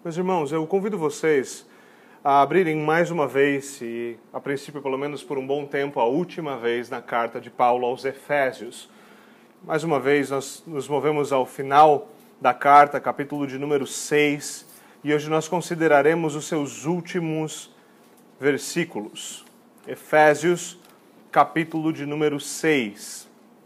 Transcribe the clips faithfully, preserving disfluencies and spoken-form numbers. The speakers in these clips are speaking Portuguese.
Meus irmãos, eu convido vocês a abrirem mais uma vez, e a princípio pelo menos por um bom tempo, a última vez na carta de Paulo aos Efésios. Mais uma vez nós nos movemos ao final da carta, capítulo de número seis, e hoje nós consideraremos os seus últimos versículos. Efésios, capítulo de número seis.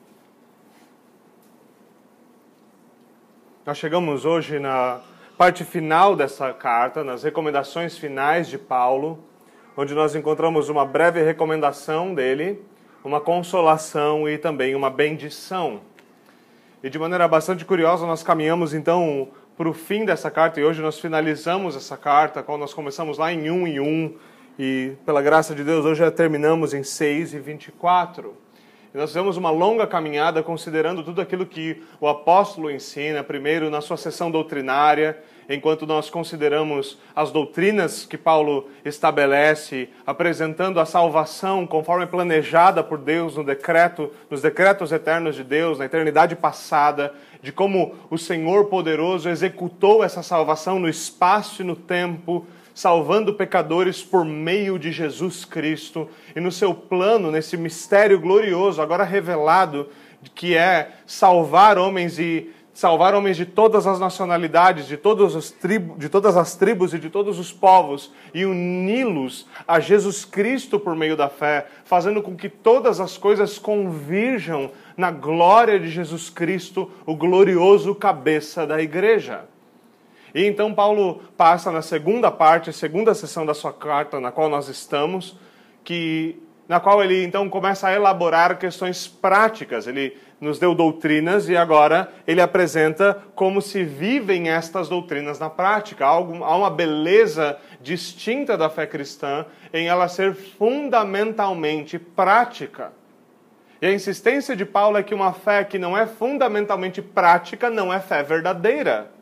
Nós chegamos hoje na parte final dessa carta, nas recomendações finais de Paulo, onde nós encontramos uma breve recomendação dele, uma consolação e também uma bendição. E de maneira bastante curiosa, nós caminhamos então para o fim dessa carta, e hoje nós finalizamos essa carta, quando nós começamos lá em um e um, e pela graça de Deus, hoje já terminamos em seis e vinte e quatro. E nós fizemos uma longa caminhada considerando tudo aquilo que o apóstolo ensina, primeiro na sua sessão doutrinária, enquanto nós consideramos as doutrinas que Paulo estabelece, apresentando a salvação conforme planejada por Deus no decreto, nos decretos eternos de Deus, na eternidade passada, de como o Senhor poderoso executou essa salvação no espaço e no tempo, salvando pecadores por meio de Jesus Cristo, e no seu plano, nesse mistério glorioso, agora revelado, que é salvar homens e salvar homens de todas as nacionalidades, de, todos os tribo, de todas as tribos e de todos os povos, e uni-los a Jesus Cristo por meio da fé, fazendo com que todas as coisas convirjam na glória de Jesus Cristo, o glorioso cabeça da igreja. E então Paulo passa na segunda parte, segunda sessão da sua carta, na qual nós estamos, que, na qual ele então começa a elaborar questões práticas. Ele nos deu doutrinas e agora ele apresenta como se vivem estas doutrinas na prática. Há, algum, há uma beleza distinta da fé cristã em ela ser fundamentalmente prática. E a insistência de Paulo é que uma fé que não é fundamentalmente prática não é fé verdadeira.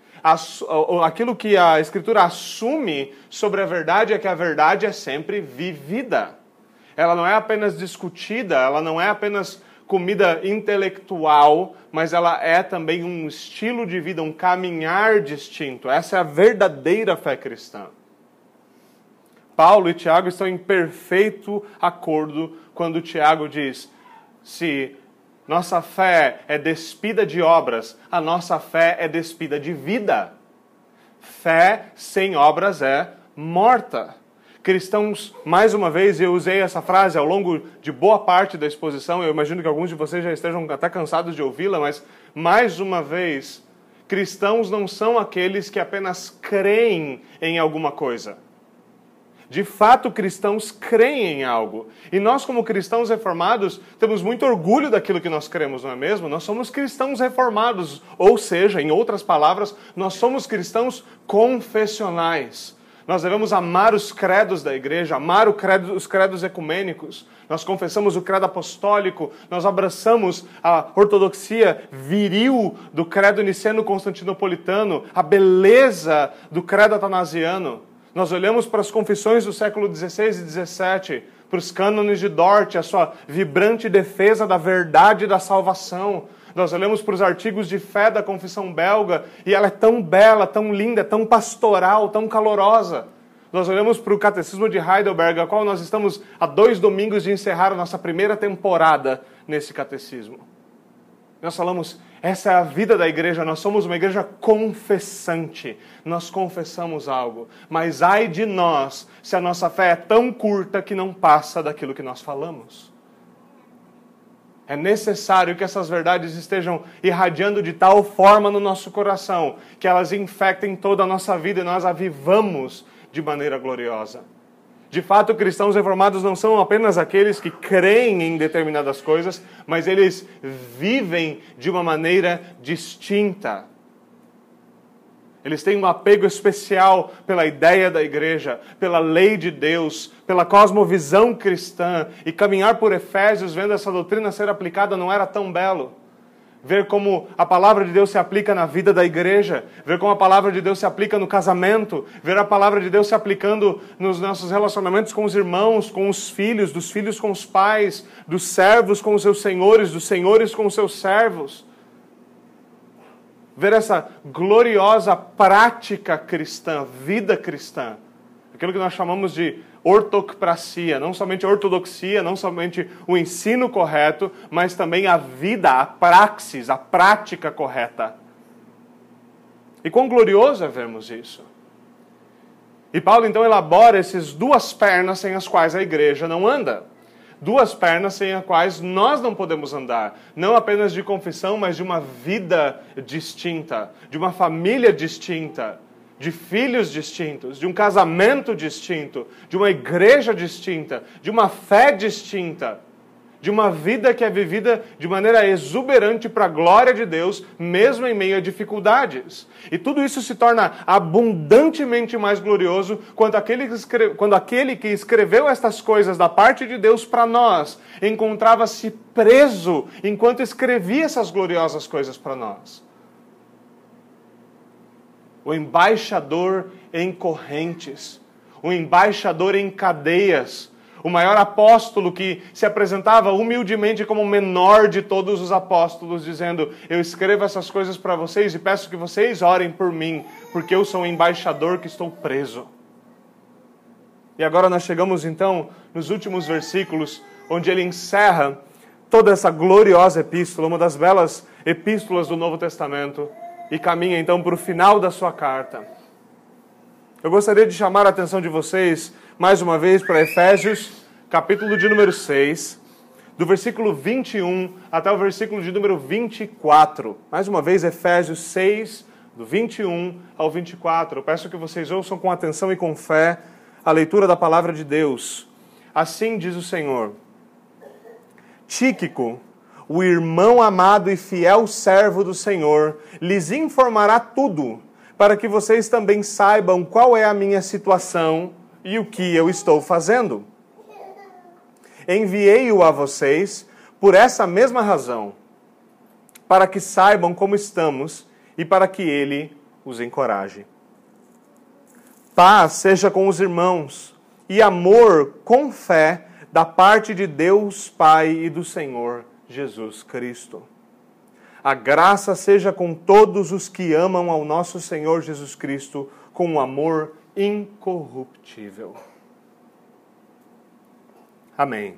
Aquilo que a Escritura assume sobre a verdade é que a verdade é sempre vivida. Ela não é apenas discutida, ela não é apenas comida intelectual, mas ela é também um estilo de vida, um caminhar distinto. Essa é a verdadeira fé cristã. Paulo e Tiago estão em perfeito acordo quando Tiago diz: se nossa fé é despida de obras, a nossa fé é despida de vida. Fé sem obras é morta. Cristãos, mais uma vez, eu usei essa frase ao longo de boa parte da exposição, eu imagino que alguns de vocês já estejam até cansados de ouvi-la, mas, mais uma vez, cristãos não são aqueles que apenas creem em alguma coisa. De fato, cristãos creem em algo. E nós, como cristãos reformados, temos muito orgulho daquilo que nós cremos, não é mesmo? Nós somos cristãos reformados. Ou seja, em outras palavras, nós somos cristãos confessionais. Nós devemos amar os credos da igreja, amar o credo, os credos ecumênicos. Nós confessamos o credo apostólico, nós abraçamos a ortodoxia viril do credo niceno-constantinopolitano, a beleza do credo atanasiano. Nós olhamos para as confissões do século dezesseis e dezessete, para os cânones de Dort, a sua vibrante defesa da verdade da salvação. Nós olhamos para os artigos de fé da confissão belga, e ela é tão bela, tão linda, tão pastoral, tão calorosa. Nós olhamos para o Catecismo de Heidelberg, a qual nós estamos há dois domingos de encerrar a nossa primeira temporada nesse catecismo. Nós falamos, essa é a vida da igreja, nós somos uma igreja confessante, nós confessamos algo, mas ai de nós se a nossa fé é tão curta que não passa daquilo que nós falamos. É necessário que essas verdades estejam irradiando de tal forma no nosso coração, que elas infectem toda a nossa vida e nós a vivamos de maneira gloriosa. De fato, cristãos reformados não são apenas aqueles que creem em determinadas coisas, mas eles vivem de uma maneira distinta. Eles têm um apego especial pela ideia da igreja, pela lei de Deus, pela cosmovisão cristã. E caminhar por Efésios, vendo essa doutrina ser aplicada, não era tão belo. Ver como a palavra de Deus se aplica na vida da igreja, ver como a palavra de Deus se aplica no casamento, ver a palavra de Deus se aplicando nos nossos relacionamentos com os irmãos, com os filhos, dos filhos com os pais, dos servos com os seus senhores, dos senhores com os seus servos. ver essa gloriosa prática cristã, vida cristã. Aquilo que nós chamamos de ortopraxia, não somente a ortodoxia, não somente o ensino correto, mas também a vida, a praxis, a prática correta. E quão glorioso é vermos isso. E Paulo então elabora essas duas pernas sem as quais a igreja não anda. Duas pernas sem as quais nós não podemos andar. Não apenas de confissão, mas de uma vida distinta, de uma família distinta, de filhos distintos, de um casamento distinto, de uma igreja distinta, de uma fé distinta, de uma vida que é vivida de maneira exuberante para a glória de Deus, mesmo em meio a dificuldades. E tudo isso se torna abundantemente mais glorioso quando aquele que, escreve, quando aquele que escreveu estas coisas da parte de Deus para nós encontrava-se preso enquanto escrevia essas gloriosas coisas para nós. O embaixador em correntes, o embaixador em cadeias, o maior apóstolo que se apresentava humildemente como o menor de todos os apóstolos, dizendo: eu escrevo essas coisas para vocês e peço que vocês orem por mim, porque eu sou um embaixador que estou preso. E agora nós chegamos então nos últimos versículos, onde ele encerra toda essa gloriosa epístola, uma das belas epístolas do Novo Testamento, e caminha então para o final da sua carta. Eu gostaria de chamar a atenção de vocês, mais uma vez, para Efésios, capítulo de número seis, do versículo vinte e um até o versículo de número vinte e quatro. Mais uma vez, Efésios seis, do vinte e um ao vinte e quatro. Eu peço que vocês ouçam com atenção e com fé a leitura da palavra de Deus. Assim diz o Senhor: Tíquico, o irmão amado e fiel servo do Senhor, lhes informará tudo, para que vocês também saibam qual é a minha situação e o que eu estou fazendo. Enviei-o a vocês por essa mesma razão, para que saibam como estamos e para que ele os encoraje. Paz seja com os irmãos e amor com fé da parte de Deus Pai e do Senhor Jesus Cristo. A graça seja com todos os que amam ao nosso Senhor Jesus Cristo com um amor incorruptível. Amém.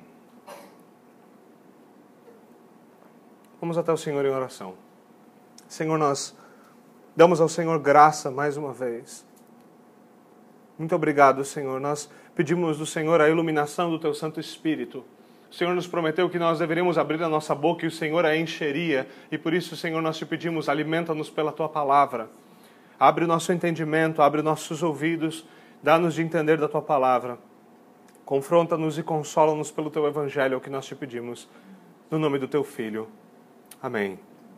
Vamos até o Senhor em oração. Senhor, nós damos ao Senhor graça mais uma vez. Muito obrigado, Senhor. Nós pedimos do Senhor a iluminação do Teu Santo Espírito. O Senhor nos prometeu que nós deveríamos abrir a nossa boca e o Senhor a encheria. E por isso, Senhor, nós te pedimos, alimenta-nos pela Tua palavra. Abre o nosso entendimento, abre nossos ouvidos, dá-nos de entender da Tua palavra. Confronta-nos e consola-nos pelo Teu Evangelho, é o que nós te pedimos. No nome do Teu Filho. Amém.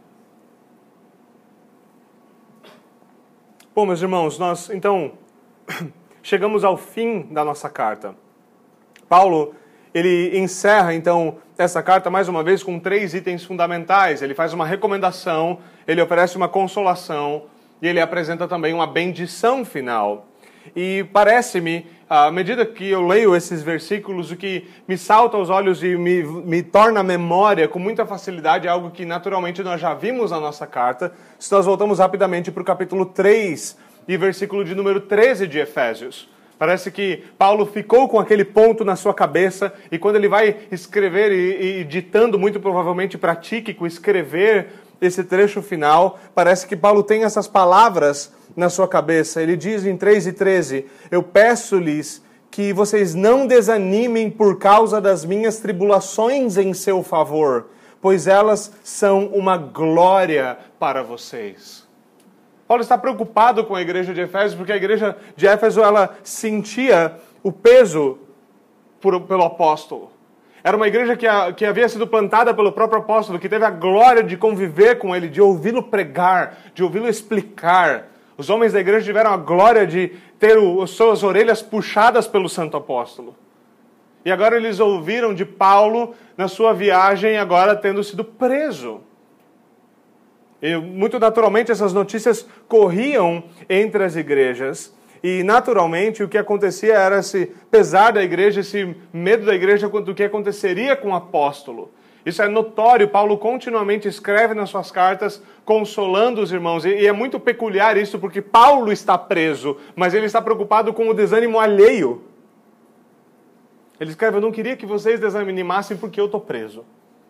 Bom, meus irmãos, nós, então, chegamos ao fim da nossa carta. Paulo, ele encerra, então, essa carta, mais uma vez, com três itens fundamentais. Ele faz uma recomendação, ele oferece uma consolação e ele apresenta também uma bendição final. E parece-me, à medida que eu leio esses versículos, o que me salta aos olhos e me, me torna a memória com muita facilidade é algo que naturalmente nós já vimos na nossa carta, se nós voltamos rapidamente para o capítulo três e versículo de número treze de Efésios. Parece que Paulo ficou com aquele ponto na sua cabeça e quando ele vai escrever e, e ditando muito provavelmente para Tíquico escrever esse trecho final, parece que Paulo tem essas palavras na sua cabeça. Ele diz em três e treze, eu peço-lhes que vocês não desanimem por causa das minhas tribulações em seu favor, pois elas são uma glória para vocês. Paulo está preocupado com a igreja de Éfeso, porque a igreja de Éfeso ela sentia o peso por, pelo apóstolo. Era uma igreja que, a, que havia sido plantada pelo próprio apóstolo, que teve a glória de conviver com ele, de ouvi-lo pregar, de ouvi-lo explicar. Os homens da igreja tiveram a glória de ter o, as suas orelhas puxadas pelo santo apóstolo. E agora eles ouviram de Paulo, na sua viagem, agora tendo sido preso. E muito naturalmente essas notícias corriam entre as igrejas. E naturalmente o que acontecia era esse pesar da igreja, esse medo da igreja quanto o que aconteceria com o apóstolo. Isso é notório, Paulo continuamente escreve nas suas cartas, consolando os irmãos. E é muito peculiar isso, porque Paulo está preso, mas ele está preocupado com o desânimo alheio. Ele escreve, eu não queria que vocês desanimassem porque eu estou preso.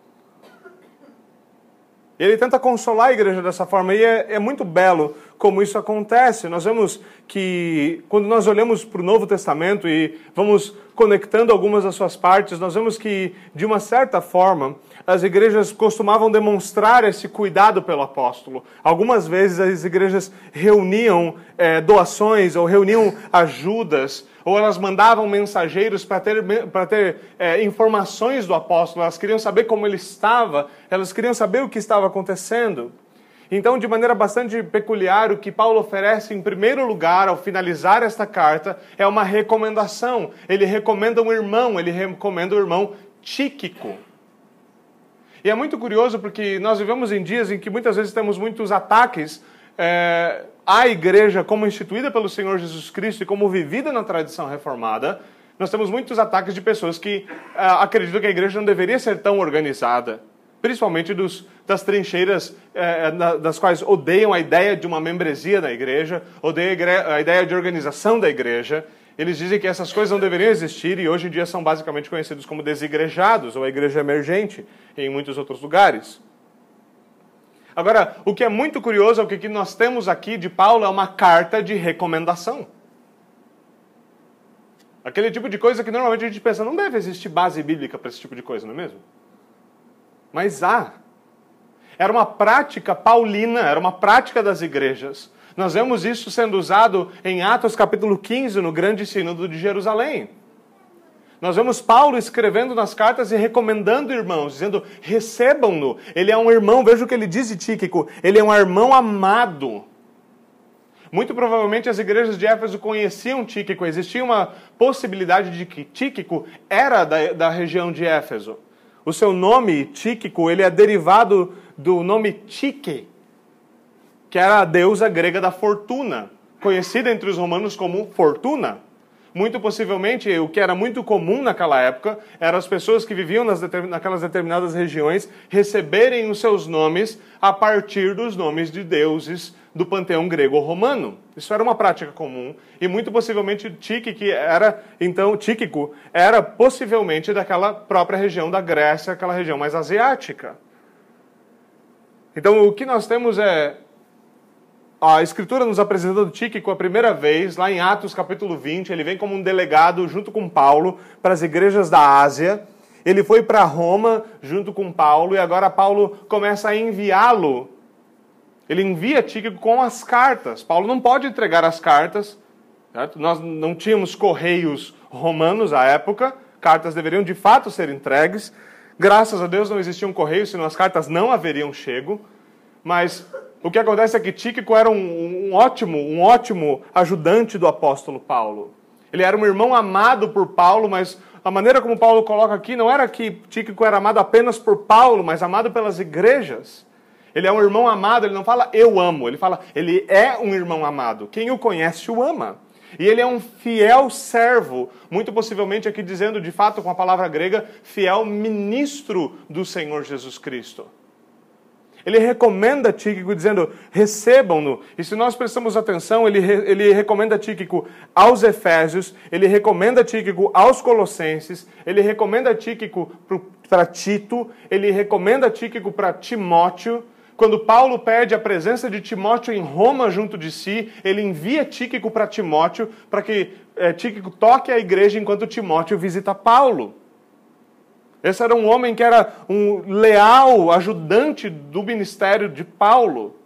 E ele tenta consolar a igreja dessa forma, e é, é muito belo como isso acontece. Nós vemos que, quando nós olhamos para o Novo Testamento e vamos conectando algumas das suas partes, nós vemos que, de uma certa forma, as igrejas costumavam demonstrar esse cuidado pelo apóstolo. Algumas vezes as igrejas reuniam é, doações ou reuniam ajudas, ou elas mandavam mensageiros para ter, para ter é, informações do apóstolo. Elas queriam saber como ele estava, elas queriam saber o que estava acontecendo. Então, de maneira bastante peculiar, o que Paulo oferece em primeiro lugar, ao finalizar esta carta, é uma recomendação. Ele recomenda um irmão, ele recomenda o irmão Tíquico. E é muito curioso porque nós vivemos em dias em que muitas vezes temos muitos ataques é, à igreja como instituída pelo Senhor Jesus Cristo e como vivida na tradição reformada. Nós temos muitos ataques de pessoas que é, acreditam que a igreja não deveria ser tão organizada. Principalmente dos, das trincheiras é, das quais odeiam a ideia de uma membresia da igreja, odeiam a ideia de organização da igreja. Eles dizem que essas coisas não deveriam existir e hoje em dia são basicamente conhecidos como desigrejados, ou a igreja emergente, em muitos outros lugares. Agora, o que é muito curioso é o que nós temos aqui de Paulo é uma carta de recomendação. Aquele tipo de coisa que normalmente a gente pensa, não deve existir base bíblica para esse tipo de coisa, não é mesmo? Mas há. Era uma prática paulina, era uma prática das igrejas. Nós vemos isso sendo usado em Atos capítulo quinze, no grande sínodo de Jerusalém. Nós vemos Paulo escrevendo nas cartas e recomendando irmãos, dizendo, recebam-no. Ele é um irmão, veja o que ele diz de Tíquico, ele é um irmão amado. Muito provavelmente as igrejas de Éfeso conheciam Tíquico, existia uma possibilidade de que Tíquico era da, da região de Éfeso. O seu nome, Tíquico, ele é derivado do nome Tique, que era a deusa grega da fortuna, conhecida entre os romanos como Fortuna. Muito possivelmente, o que era muito comum naquela época, eram as pessoas que viviam nas, naquelas determinadas regiões receberem os seus nomes a partir dos nomes de deuses do panteão grego-romano. Isso era uma prática comum, e muito possivelmente Tíquico era, então, Tíquico era possivelmente daquela própria região da Grécia, aquela região mais asiática. Então, o que nós temos é a Escritura nos apresentando Tíquico a primeira vez, lá em Atos capítulo vinte, ele vem como um delegado junto com Paulo para as igrejas da Ásia. Ele foi para Roma junto com Paulo e agora Paulo começa a enviá-lo. Ele envia Tíquico com as cartas. Paulo não pode entregar as cartas, certo? Nós não tínhamos correios romanos à época, cartas deveriam de fato ser entregues. Graças a Deus não existiam correios, senão as cartas não haveriam chego. Mas o que acontece é que Tíquico era um, um, ótimo, um ótimo ajudante do apóstolo Paulo. Ele era um irmão amado por Paulo, mas a maneira como Paulo coloca aqui não era que Tíquico era amado apenas por Paulo, mas amado pelas igrejas. Ele é um irmão amado, ele não fala eu amo, ele fala ele é um irmão amado. Quem o conhece o ama. E ele é um fiel servo, muito possivelmente aqui dizendo de fato com a palavra grega, fiel ministro do Senhor Jesus Cristo. Ele recomenda Tíquico dizendo, recebam-no. E se nós prestamos atenção, ele, ele recomenda Tíquico aos Efésios, ele recomenda Tíquico aos Colossenses, ele recomenda Tíquico para Tito, ele recomenda Tíquico para Timóteo. Quando Paulo pede a presença de Timóteo em Roma junto de si, ele envia Tíquico para Timóteo, para que é, Tíquico toque a igreja enquanto Timóteo visita Paulo. Esse era um homem que era um leal ajudante do ministério de Paulo.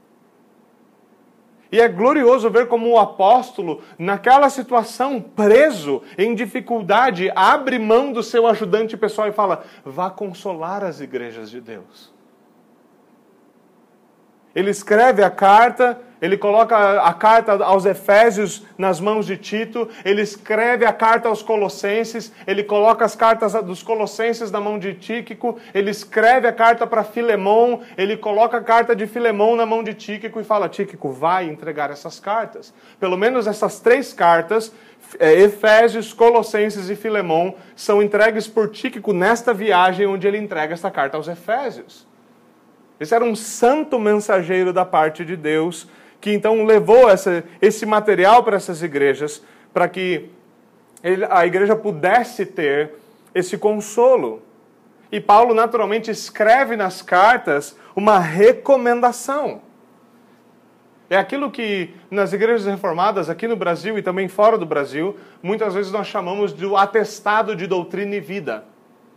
E é glorioso ver como o apóstolo, naquela situação, preso, em dificuldade, abre mão do seu ajudante pessoal e fala, vá consolar as igrejas de Deus. Ele escreve a carta, ele coloca a carta aos Efésios nas mãos de Tito, ele escreve a carta aos Colossenses, ele coloca as cartas dos Colossenses na mão de Tíquico, ele escreve a carta para Filemão, ele coloca a carta de Filemão na mão de Tíquico e fala, Tíquico, vai entregar essas cartas. Pelo menos essas três cartas, Efésios, Colossenses e Filemão, são entregues por Tíquico nesta viagem onde ele entrega essa carta aos Efésios. Esse era um santo mensageiro da parte de Deus, que então levou essa, esse material para essas igrejas, para que ele, a igreja pudesse ter esse consolo. E Paulo naturalmente escreve nas cartas uma recomendação. É aquilo que nas igrejas reformadas, aqui no Brasil e também fora do Brasil, muitas vezes nós chamamos de atestado de doutrina e vida.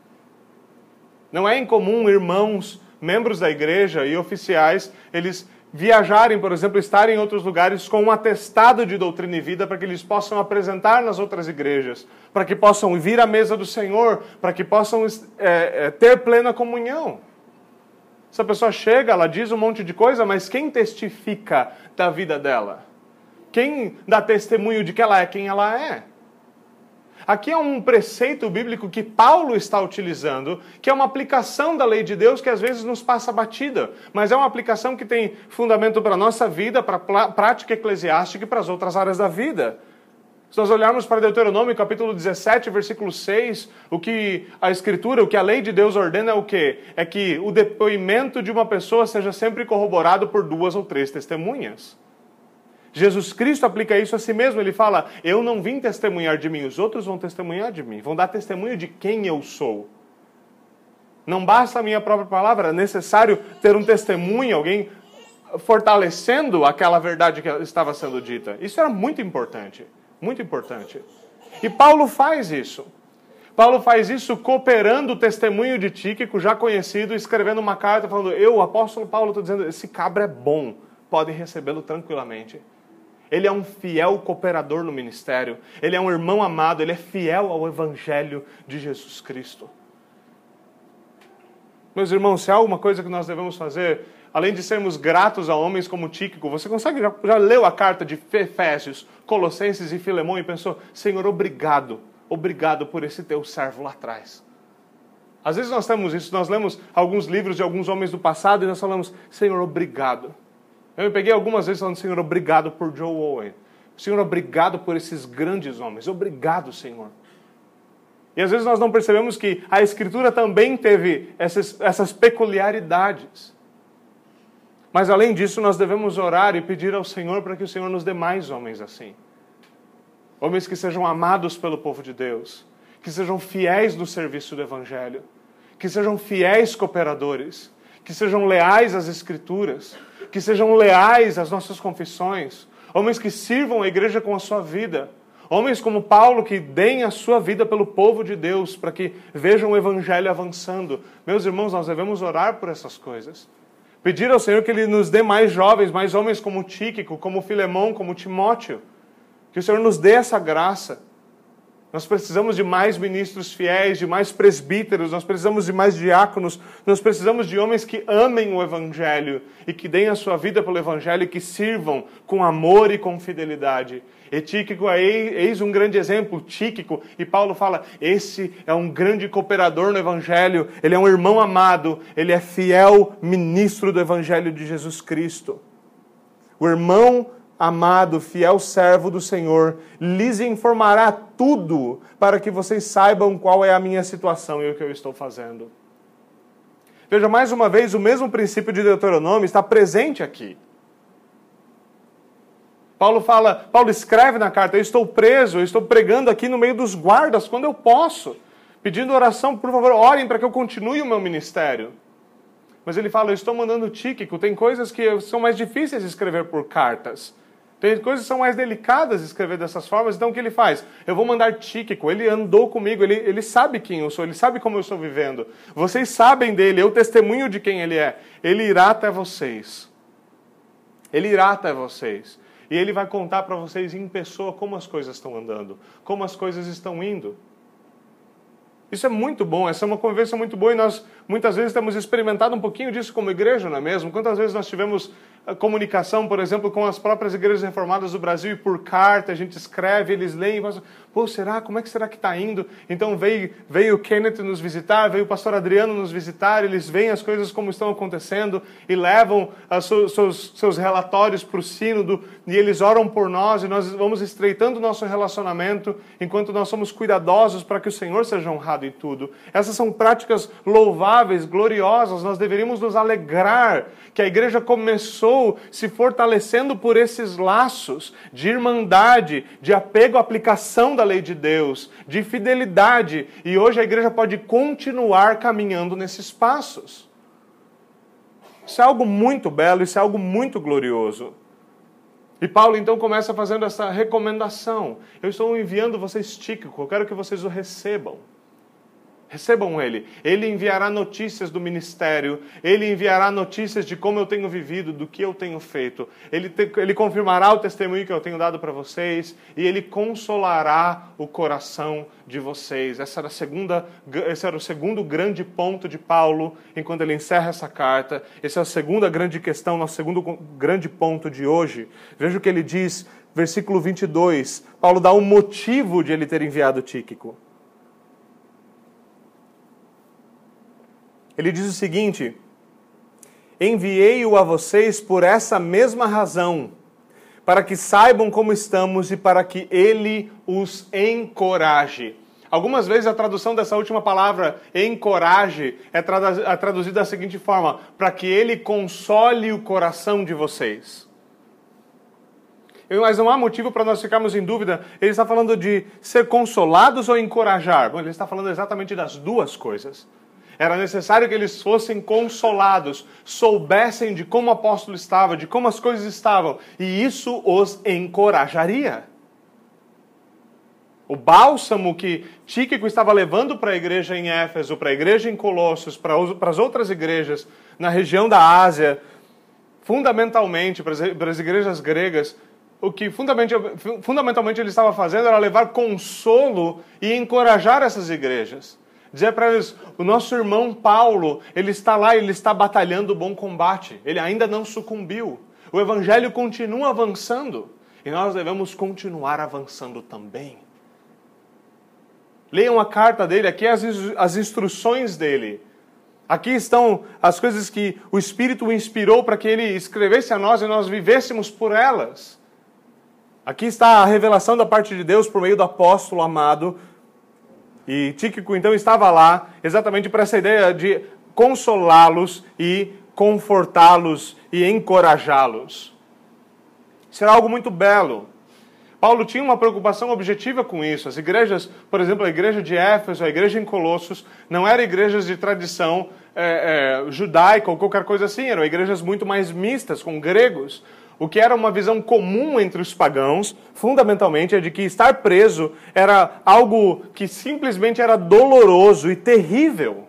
Não é incomum irmãos, membros da igreja e oficiais, eles viajarem, por exemplo, estarem em outros lugares com um atestado de doutrina e vida para que eles possam apresentar nas outras igrejas, para que possam vir à mesa do Senhor, para que possam é, é, ter plena comunhão. Essa pessoa chega, ela diz um monte de coisa, mas quem testifica da vida dela? Quem dá testemunho de que ela é quem ela é? Aqui é um preceito bíblico que Paulo está utilizando, que é uma aplicação da lei de Deus que às vezes nos passa batida, mas é uma aplicação que tem fundamento para a nossa vida, para a prática eclesiástica e para as outras áreas da vida. Se nós olharmos para Deuteronômio, capítulo dezessete, versículo seis, o que a Escritura, o que a lei de Deus ordena é o quê? É que o depoimento de uma pessoa seja sempre corroborado por duas ou três testemunhas. Jesus Cristo aplica isso a si mesmo. Ele fala, eu não vim testemunhar de mim, os outros vão testemunhar de mim. Vão dar testemunho de quem eu sou. Não basta a minha própria palavra, é necessário ter um testemunho, alguém fortalecendo aquela verdade que estava sendo dita. Isso era muito importante. Muito importante. E Paulo faz isso. Paulo faz isso cooperando o testemunho de Tíquico, já conhecido, escrevendo uma carta falando, eu, o apóstolo Paulo, estou dizendo, esse cabra é bom, podem recebê-lo tranquilamente. Ele é um fiel cooperador no ministério, ele é um irmão amado, ele é fiel ao evangelho de Jesus Cristo. Meus irmãos, se há alguma coisa que nós devemos fazer, além de sermos gratos a homens como Tíquico, você consegue, já, já leu a carta de Efésios, Colossenses e Filemão e pensou, Senhor, obrigado, obrigado por esse teu servo lá atrás. Às vezes nós temos isso, nós lemos alguns livros de alguns homens do passado e nós falamos, Senhor, obrigado. Eu me peguei algumas vezes falando, Senhor, obrigado por Joe Owen. Senhor, obrigado por esses grandes homens. Obrigado, Senhor. E às vezes nós não percebemos que a Escritura também teve essas, essas peculiaridades. Mas além disso, nós devemos orar e pedir ao Senhor para que o Senhor nos dê mais homens assim. Homens que sejam amados pelo povo de Deus, que sejam fiéis no serviço do Evangelho, que sejam fiéis cooperadores, que sejam leais às Escrituras, que sejam leais às nossas confissões, homens que sirvam a igreja com a sua vida, homens como Paulo que deem a sua vida pelo povo de Deus para que vejam o Evangelho avançando. Meus irmãos, nós devemos orar por essas coisas. Pedir ao Senhor que Ele nos dê mais jovens, mais homens como Tíquico, como Filemão, como Timóteo. Que o Senhor nos dê essa graça. Nós precisamos de mais ministros fiéis, de mais presbíteros, nós precisamos de mais diáconos, nós precisamos de homens que amem o Evangelho e que deem a sua vida pelo Evangelho e que sirvam com amor e com fidelidade. E Tíquico é eis um grande exemplo, Tíquico, e Paulo fala, esse é um grande cooperador no Evangelho, ele é um irmão amado, ele é fiel ministro do Evangelho de Jesus Cristo. O irmão amado, fiel servo do Senhor, lhes informará tudo para que vocês saibam qual é a minha situação e o que eu estou fazendo. Veja, mais uma vez, o mesmo princípio de Deuteronômio está presente aqui. Paulo fala, Paulo escreve na carta, eu estou preso, eu estou pregando aqui no meio dos guardas quando eu posso, pedindo oração, por favor, orem para que eu continue o meu ministério. Mas ele fala, eu estou mandando Tíquico, tem coisas que são mais difíceis de escrever por cartas. Tem coisas que são mais delicadas de escrever dessas formas, então o que ele faz? Eu vou mandar Tíquico, ele andou comigo, ele, ele sabe quem eu sou, ele sabe como eu estou vivendo. Vocês sabem dele, eu testemunho de quem ele é. Ele irá até vocês. Ele irá até vocês. E ele vai contar para vocês em pessoa como as coisas estão andando, como as coisas estão indo. Isso é muito bom, essa é uma conversa muito boa e nós muitas vezes temos experimentado um pouquinho disso como igreja, não é mesmo? Quantas vezes nós tivemos comunicação, por exemplo, com as próprias igrejas reformadas do Brasil e por carta, a gente escreve, eles leem, mas, pô, será? Como é que será que está indo? Então veio, veio o Kenneth nos visitar, veio o pastor Adriano nos visitar, eles veem as coisas como estão acontecendo e levam os seus, seus, seus relatórios para o sínodo e eles oram por nós e nós vamos estreitando o nosso relacionamento enquanto nós somos cuidadosos para que o Senhor seja honrado em tudo. Essas são práticas louváveis, gloriosas, nós deveríamos nos alegrar que a igreja começou se fortalecendo por esses laços de irmandade, de apego à aplicação da lei de Deus, de fidelidade, e hoje a igreja pode continuar caminhando nesses passos. Isso é algo muito belo, isso é algo muito glorioso. E Paulo então começa fazendo essa recomendação. Eu estou enviando vocês Tíquico, eu quero que vocês o recebam. Recebam ele. Ele enviará notícias do ministério. Ele enviará notícias de como eu tenho vivido, do que eu tenho feito. Ele, te, ele confirmará o testemunho que eu tenho dado para vocês. E ele consolará o coração de vocês. Essa era a segunda, esse era o segundo grande ponto de Paulo, enquanto ele encerra essa carta. Essa é a segunda grande questão, nosso segundo grande ponto de hoje. Veja o que ele diz, versículo vinte e dois. Paulo dá um motivo de ele ter enviado Tíquico. Ele diz o seguinte: enviei-o a vocês por essa mesma razão, para que saibam como estamos e para que ele os encoraje. Algumas vezes a tradução dessa última palavra, encoraje, é traduzida da seguinte forma: para que ele console o coração de vocês. Mas não há motivo para nós ficarmos em dúvida. Ele está falando de ser consolados ou encorajar? Bom, ele está falando exatamente das duas coisas. Era necessário que eles fossem consolados, soubessem de como o apóstolo estava, de como as coisas estavam, e isso os encorajaria. O bálsamo que Tíquico estava levando para a igreja em Éfeso, para a igreja em Colossos, para as outras igrejas na região da Ásia, fundamentalmente para as igrejas gregas, o que fundamentalmente, fundamentalmente ele estava fazendo era levar consolo e encorajar essas igrejas. Dizer para eles, o nosso irmão Paulo, ele está lá, ele está batalhando o bom combate. Ele ainda não sucumbiu. O evangelho continua avançando. E nós devemos continuar avançando também. Leiam a carta dele, aqui as, as instruções dele. Aqui estão as coisas que o Espírito o inspirou para que ele escrevesse a nós e nós vivêssemos por elas. Aqui está a revelação da parte de Deus por meio do apóstolo amado. E Tíquico, então, estava lá exatamente para essa ideia de consolá-los e confortá-los e encorajá-los. Será algo muito belo. Paulo tinha uma preocupação objetiva com isso. As igrejas, por exemplo, a igreja de Éfeso, a igreja em Colossos, não eram igrejas de tradição é, é, judaica ou qualquer coisa assim. Eram igrejas muito mais mistas, com gregos. O que era uma visão comum entre os pagãos, fundamentalmente, é de que estar preso era algo que simplesmente era doloroso e terrível.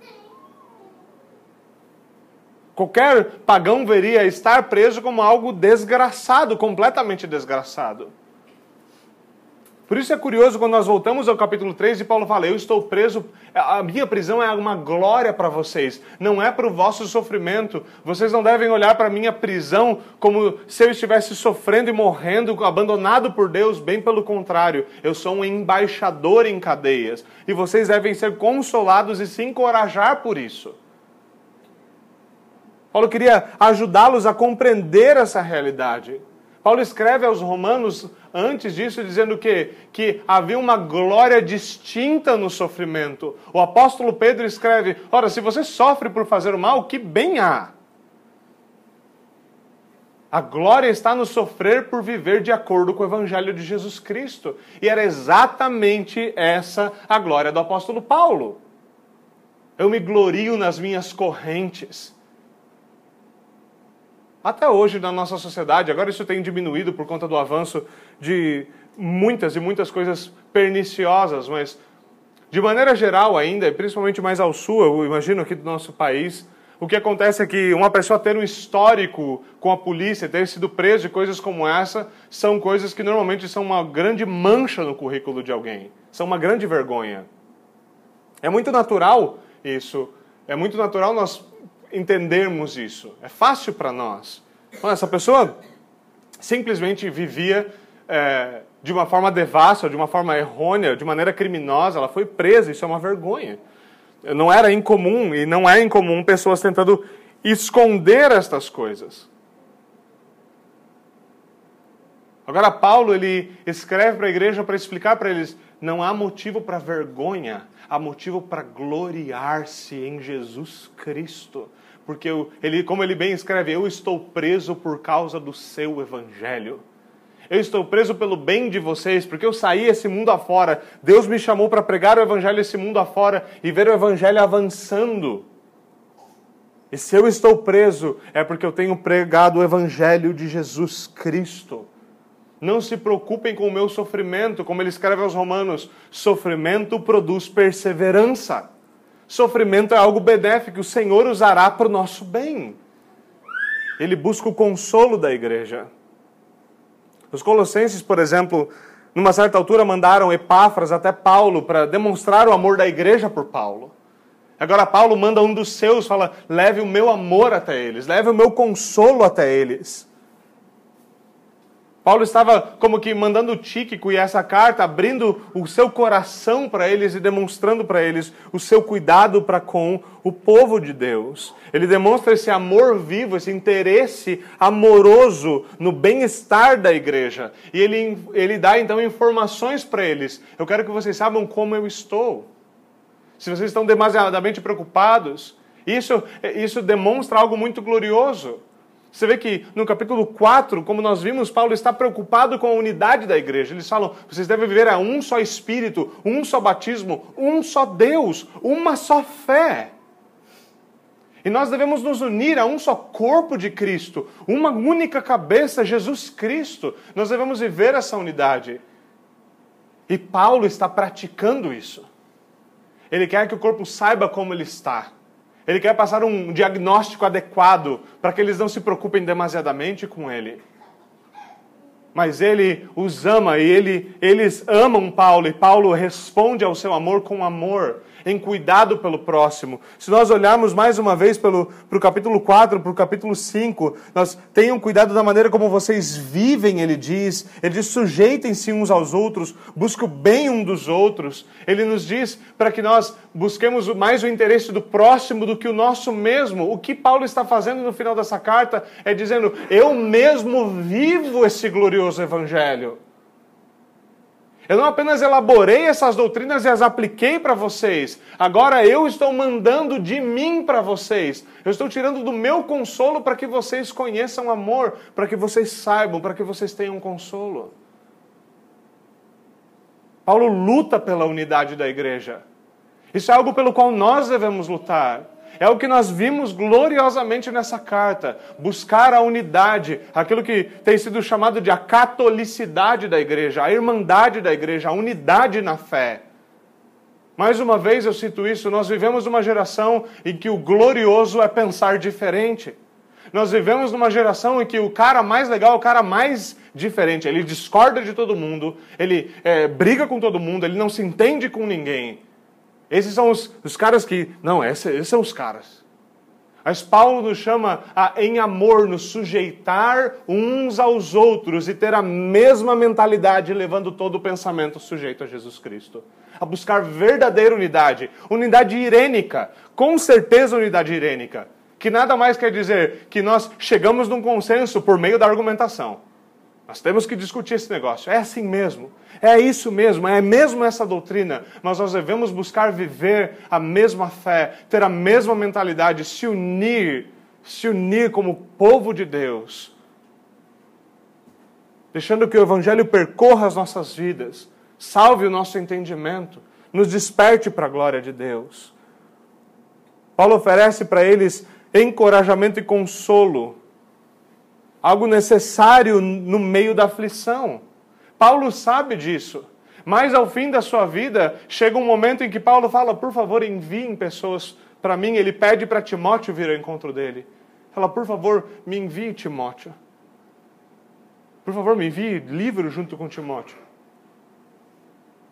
Qualquer pagão veria estar preso como algo desgraçado, completamente desgraçado. Por isso é curioso quando nós voltamos ao capítulo três e Paulo fala, eu estou preso, a minha prisão é uma glória para vocês, não é para o vosso sofrimento. Vocês não devem olhar para a minha prisão como se eu estivesse sofrendo e morrendo, abandonado por Deus, bem pelo contrário. Eu sou um embaixador em cadeias e vocês devem ser consolados e se encorajar por isso. Paulo queria ajudá-los a compreender essa realidade. Paulo escreve aos romanos, antes disso, dizendo que, que havia uma glória distinta no sofrimento. O apóstolo Pedro escreve, ora, se você sofre por fazer o mal, que bem há. A glória está no sofrer por viver de acordo com o evangelho de Jesus Cristo. E era exatamente essa a glória do apóstolo Paulo. Eu me glorio nas minhas correntes. Até hoje, na nossa sociedade, agora isso tem diminuído por conta do avanço de muitas e muitas coisas perniciosas, mas de maneira geral ainda, principalmente mais ao sul, eu imagino aqui do nosso país, o que acontece é que uma pessoa ter um histórico com a polícia, ter sido preso e coisas como essa, são coisas que normalmente são uma grande mancha no currículo de alguém, são uma grande vergonha. É muito natural isso, é muito natural nós entendermos isso. É fácil para nós. Essa pessoa simplesmente vivia é, de uma forma devassa, de uma forma errônea, de maneira criminosa. Ela foi presa, isso é uma vergonha. Não era incomum, e não é incomum, pessoas tentando esconder estas coisas. Agora, Paulo, ele escreve para a igreja para explicar para eles, não há motivo para vergonha, há motivo para gloriar-se em Jesus Cristo. Porque, ele, como ele bem escreve, eu estou preso por causa do seu evangelho. Eu estou preso pelo bem de vocês, porque eu saí esse mundo afora. Deus me chamou para pregar o evangelho esse mundo afora e ver o evangelho avançando. E se eu estou preso, é porque eu tenho pregado o evangelho de Jesus Cristo. Não se preocupem com o meu sofrimento, como ele escreve aos Romanos. Sofrimento produz perseverança. Sofrimento é algo benéfico, o Senhor usará para o nosso bem. Ele busca o consolo da igreja. Os colossenses, por exemplo, numa certa altura mandaram Epáfras até Paulo para demonstrar o amor da igreja por Paulo. Agora Paulo manda um dos seus, fala, leve o meu amor até eles, leve o meu consolo até eles. Paulo estava como que mandando Tíquico e essa carta, abrindo o seu coração para eles e demonstrando para eles o seu cuidado para com o povo de Deus. Ele demonstra esse amor vivo, esse interesse amoroso no bem-estar da igreja. E ele, ele dá então informações para eles. Eu quero que vocês saibam como eu estou. Se vocês estão demasiadamente preocupados, isso, isso demonstra algo muito glorioso. Você vê que no capítulo quatro, como nós vimos, Paulo está preocupado com a unidade da igreja. Eles falam, vocês devem viver a um só Espírito, um só batismo, um só Deus, uma só fé. E nós devemos nos unir a um só corpo de Cristo, uma única cabeça, Jesus Cristo. Nós devemos viver essa unidade. E Paulo está praticando isso. Ele quer que o corpo saiba como ele está. Ele quer passar um diagnóstico adequado para que eles não se preocupem demasiadamente com ele. Mas ele os ama e ele, eles amam Paulo e Paulo responde ao seu amor com amor, em cuidado pelo próximo. Se nós olharmos mais uma vez para o capítulo quatro, para o capítulo cinco, nós tenham cuidado da maneira como vocês vivem, ele diz. Ele diz, sujeitem-se uns aos outros, busquem o bem um dos outros. Ele nos diz para que nós busquemos mais o interesse do próximo do que o nosso mesmo. O que Paulo está fazendo no final dessa carta é dizendo, eu mesmo vivo esse glorioso evangelho. Eu não apenas elaborei essas doutrinas e as apliquei para vocês. Agora eu estou mandando de mim para vocês. Eu estou tirando do meu consolo para que vocês conheçam amor, para que vocês saibam, para que vocês tenham consolo. Paulo luta pela unidade da igreja. Isso é algo pelo qual nós devemos lutar. É o que nós vimos gloriosamente nessa carta. Buscar a unidade, aquilo que tem sido chamado de a catolicidade da igreja, a irmandade da igreja, a unidade na fé. Mais uma vez eu cito isso, nós vivemos numa geração em que o glorioso é pensar diferente. Nós vivemos numa geração em que o cara mais legal é o cara mais diferente. Ele discorda de todo mundo, ele é, briga com todo mundo, ele não se entende com ninguém. Esses são os, os caras que... Não, esses, esses são os caras. Mas Paulo nos chama a, em amor, nos sujeitar uns aos outros e ter a mesma mentalidade, levando todo o pensamento sujeito a Jesus Cristo. A buscar verdadeira unidade. Unidade irênica. Com certeza unidade irênica. Que nada mais quer dizer que nós chegamos num consenso por meio da argumentação. Nós temos que discutir esse negócio. É assim mesmo. É isso mesmo. É mesmo essa doutrina. Mas nós devemos buscar viver a mesma fé, ter a mesma mentalidade, se unir, se unir como povo de Deus. Deixando que o Evangelho percorra as nossas vidas, salve o nosso entendimento, nos desperte para a glória de Deus. Paulo oferece para eles encorajamento e consolo. Algo necessário no meio da aflição. Paulo sabe disso. Mas ao fim da sua vida, chega um momento em que Paulo fala, por favor, enviem pessoas para mim. Ele pede para Timóteo vir ao encontro dele. Fala, por favor, me envie Timóteo. Por favor, me envie livro junto com Timóteo.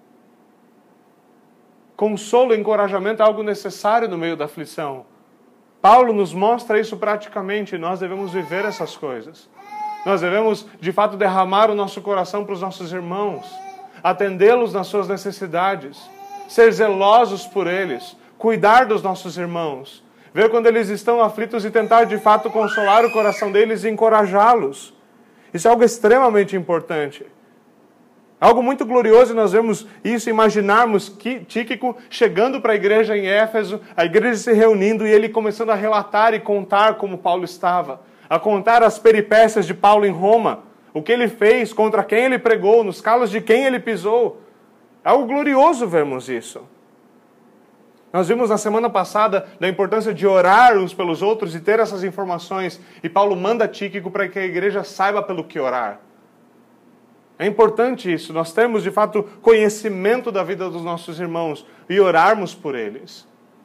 Consolo e encorajamento é algo necessário no meio da aflição. Paulo nos mostra isso praticamente, e nós devemos viver essas coisas. Nós devemos, de fato, derramar o nosso coração para os nossos irmãos, atendê-los nas suas necessidades, ser zelosos por eles, cuidar dos nossos irmãos, ver quando eles estão aflitos e tentar, de fato, consolar o coração deles e encorajá-los. Isso é algo extremamente importante. Algo muito glorioso, nós vemos isso, imaginarmos que Tíquico chegando para a igreja em Éfeso, a igreja se reunindo e ele começando a relatar e contar como Paulo estava, a contar as peripécias de Paulo em Roma, o que ele fez, contra quem ele pregou, nos calos de quem ele pisou. É algo glorioso vermos isso. Nós vimos na semana passada da importância de orar uns pelos outros e ter essas informações, e Paulo manda Tíquico para que a igreja saiba pelo que orar. É importante isso, nós temos de fato conhecimento da vida dos nossos irmãos e orarmos por eles.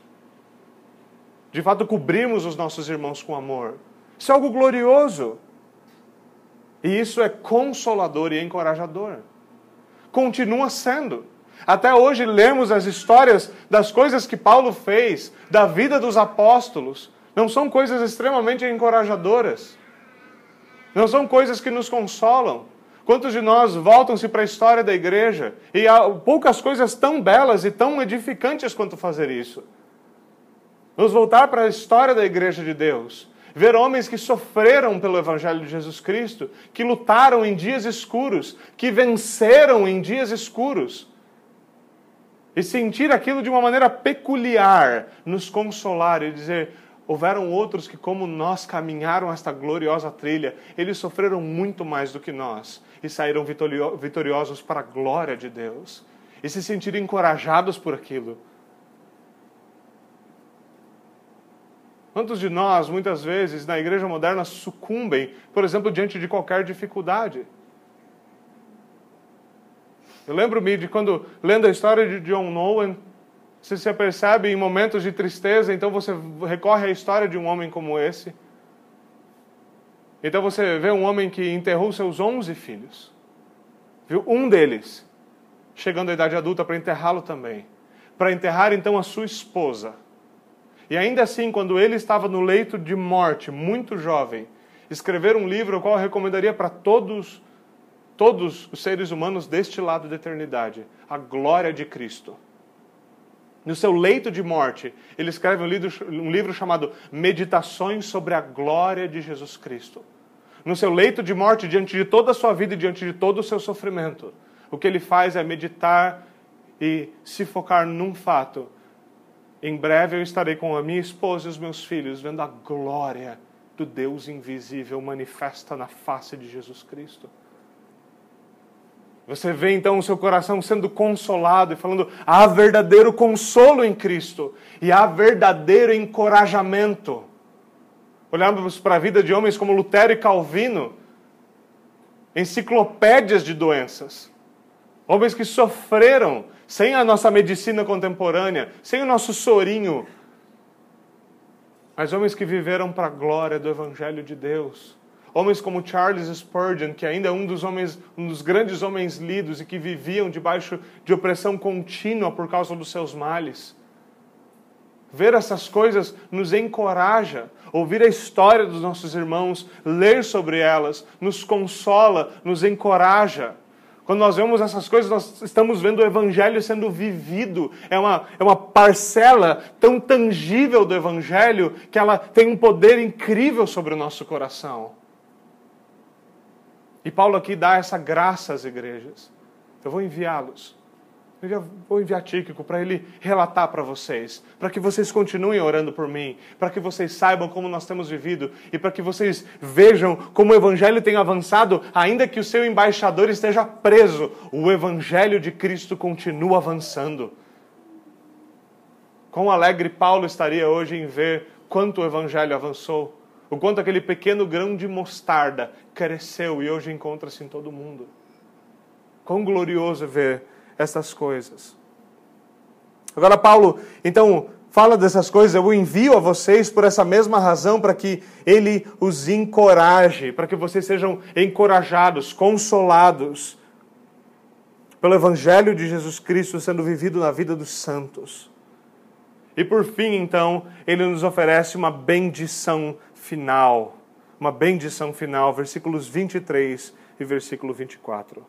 De fato cobrirmos os nossos irmãos com amor. Isso é algo glorioso. E isso é consolador e encorajador. Continua sendo. Até hoje lemos as histórias das coisas que Paulo fez, da vida dos apóstolos. Não são coisas extremamente encorajadoras. Não são coisas que nos consolam. Quantos de nós voltam-se para a história da igreja e há poucas coisas tão belas e tão edificantes quanto fazer isso? Vamos voltar para a história da igreja de Deus. Ver homens que sofreram pelo Evangelho de Jesus Cristo, que lutaram em dias escuros, que venceram em dias escuros. E sentir aquilo de uma maneira peculiar, nos consolar e dizer: houveram outros que, como nós, caminharam esta gloriosa trilha. Eles sofreram muito mais do que nós e saíram vitoriosos para a glória de Deus. E se sentirem encorajados por aquilo. Quantos de nós, muitas vezes, na igreja moderna, sucumbem, por exemplo, diante de qualquer dificuldade? Eu lembro-me de quando, lendo a história de John Owen, você se apercebe em momentos de tristeza, então você recorre à história de um homem como esse. Então você vê um homem que enterrou seus onze filhos. Viu? Um deles, chegando à idade adulta, para enterrá-lo também. Para enterrar então a sua esposa. E ainda assim, quando ele estava no leito de morte, muito jovem, escrever um livro, o qual eu recomendaria para todos, todos os seres humanos deste lado da eternidade. A glória de Cristo. No seu leito de morte, ele escreve um livro, um livro chamado Meditações sobre a Glória de Jesus Cristo. No seu leito de morte, diante de toda a sua vida e diante de todo o seu sofrimento, o que ele faz é meditar e se focar num fato. Em breve eu estarei com a minha esposa e os meus filhos, vendo a glória do Deus invisível manifesta na face de Jesus Cristo. Você vê então o seu coração sendo consolado e falando: há verdadeiro consolo em Cristo e há verdadeiro encorajamento. Olhamos para a vida de homens como Lutero e Calvino, enciclopédias de doenças. Homens que sofreram sem a nossa medicina contemporânea, sem o nosso sorinho. Mas homens que viveram para a glória do Evangelho de Deus. Homens como Charles Spurgeon, que ainda é um dos, homens, um dos grandes homens lidos e que viviam debaixo de opressão contínua por causa dos seus males. Ver essas coisas nos encoraja. Ouvir a história dos nossos irmãos, ler sobre elas, nos consola, nos encoraja. Quando nós vemos essas coisas, nós estamos vendo o Evangelho sendo vivido. É uma, é uma parcela tão tangível do Evangelho que ela tem um poder incrível sobre o nosso coração. E Paulo aqui dá essa graça às igrejas. Eu vou enviá-los. Eu vou enviar Tíquico para ele relatar para vocês, para que vocês continuem orando por mim, para que vocês saibam como nós temos vivido e para que vocês vejam como o Evangelho tem avançado, ainda que o seu embaixador esteja preso. O Evangelho de Cristo continua avançando. Quão alegre Paulo estaria hoje em ver quanto o Evangelho avançou, o quanto aquele pequeno grão de mostarda cresceu e hoje encontra-se em todo o mundo. Quão glorioso ver essas coisas. Agora Paulo, então, fala dessas coisas. Eu envio a vocês por essa mesma razão, para que ele os encoraje, para que vocês sejam encorajados, consolados pelo Evangelho de Jesus Cristo sendo vivido na vida dos santos. E por fim, então, ele nos oferece uma bendição final. Uma bendição final, versículos vinte e três e versículo vinte e quatro.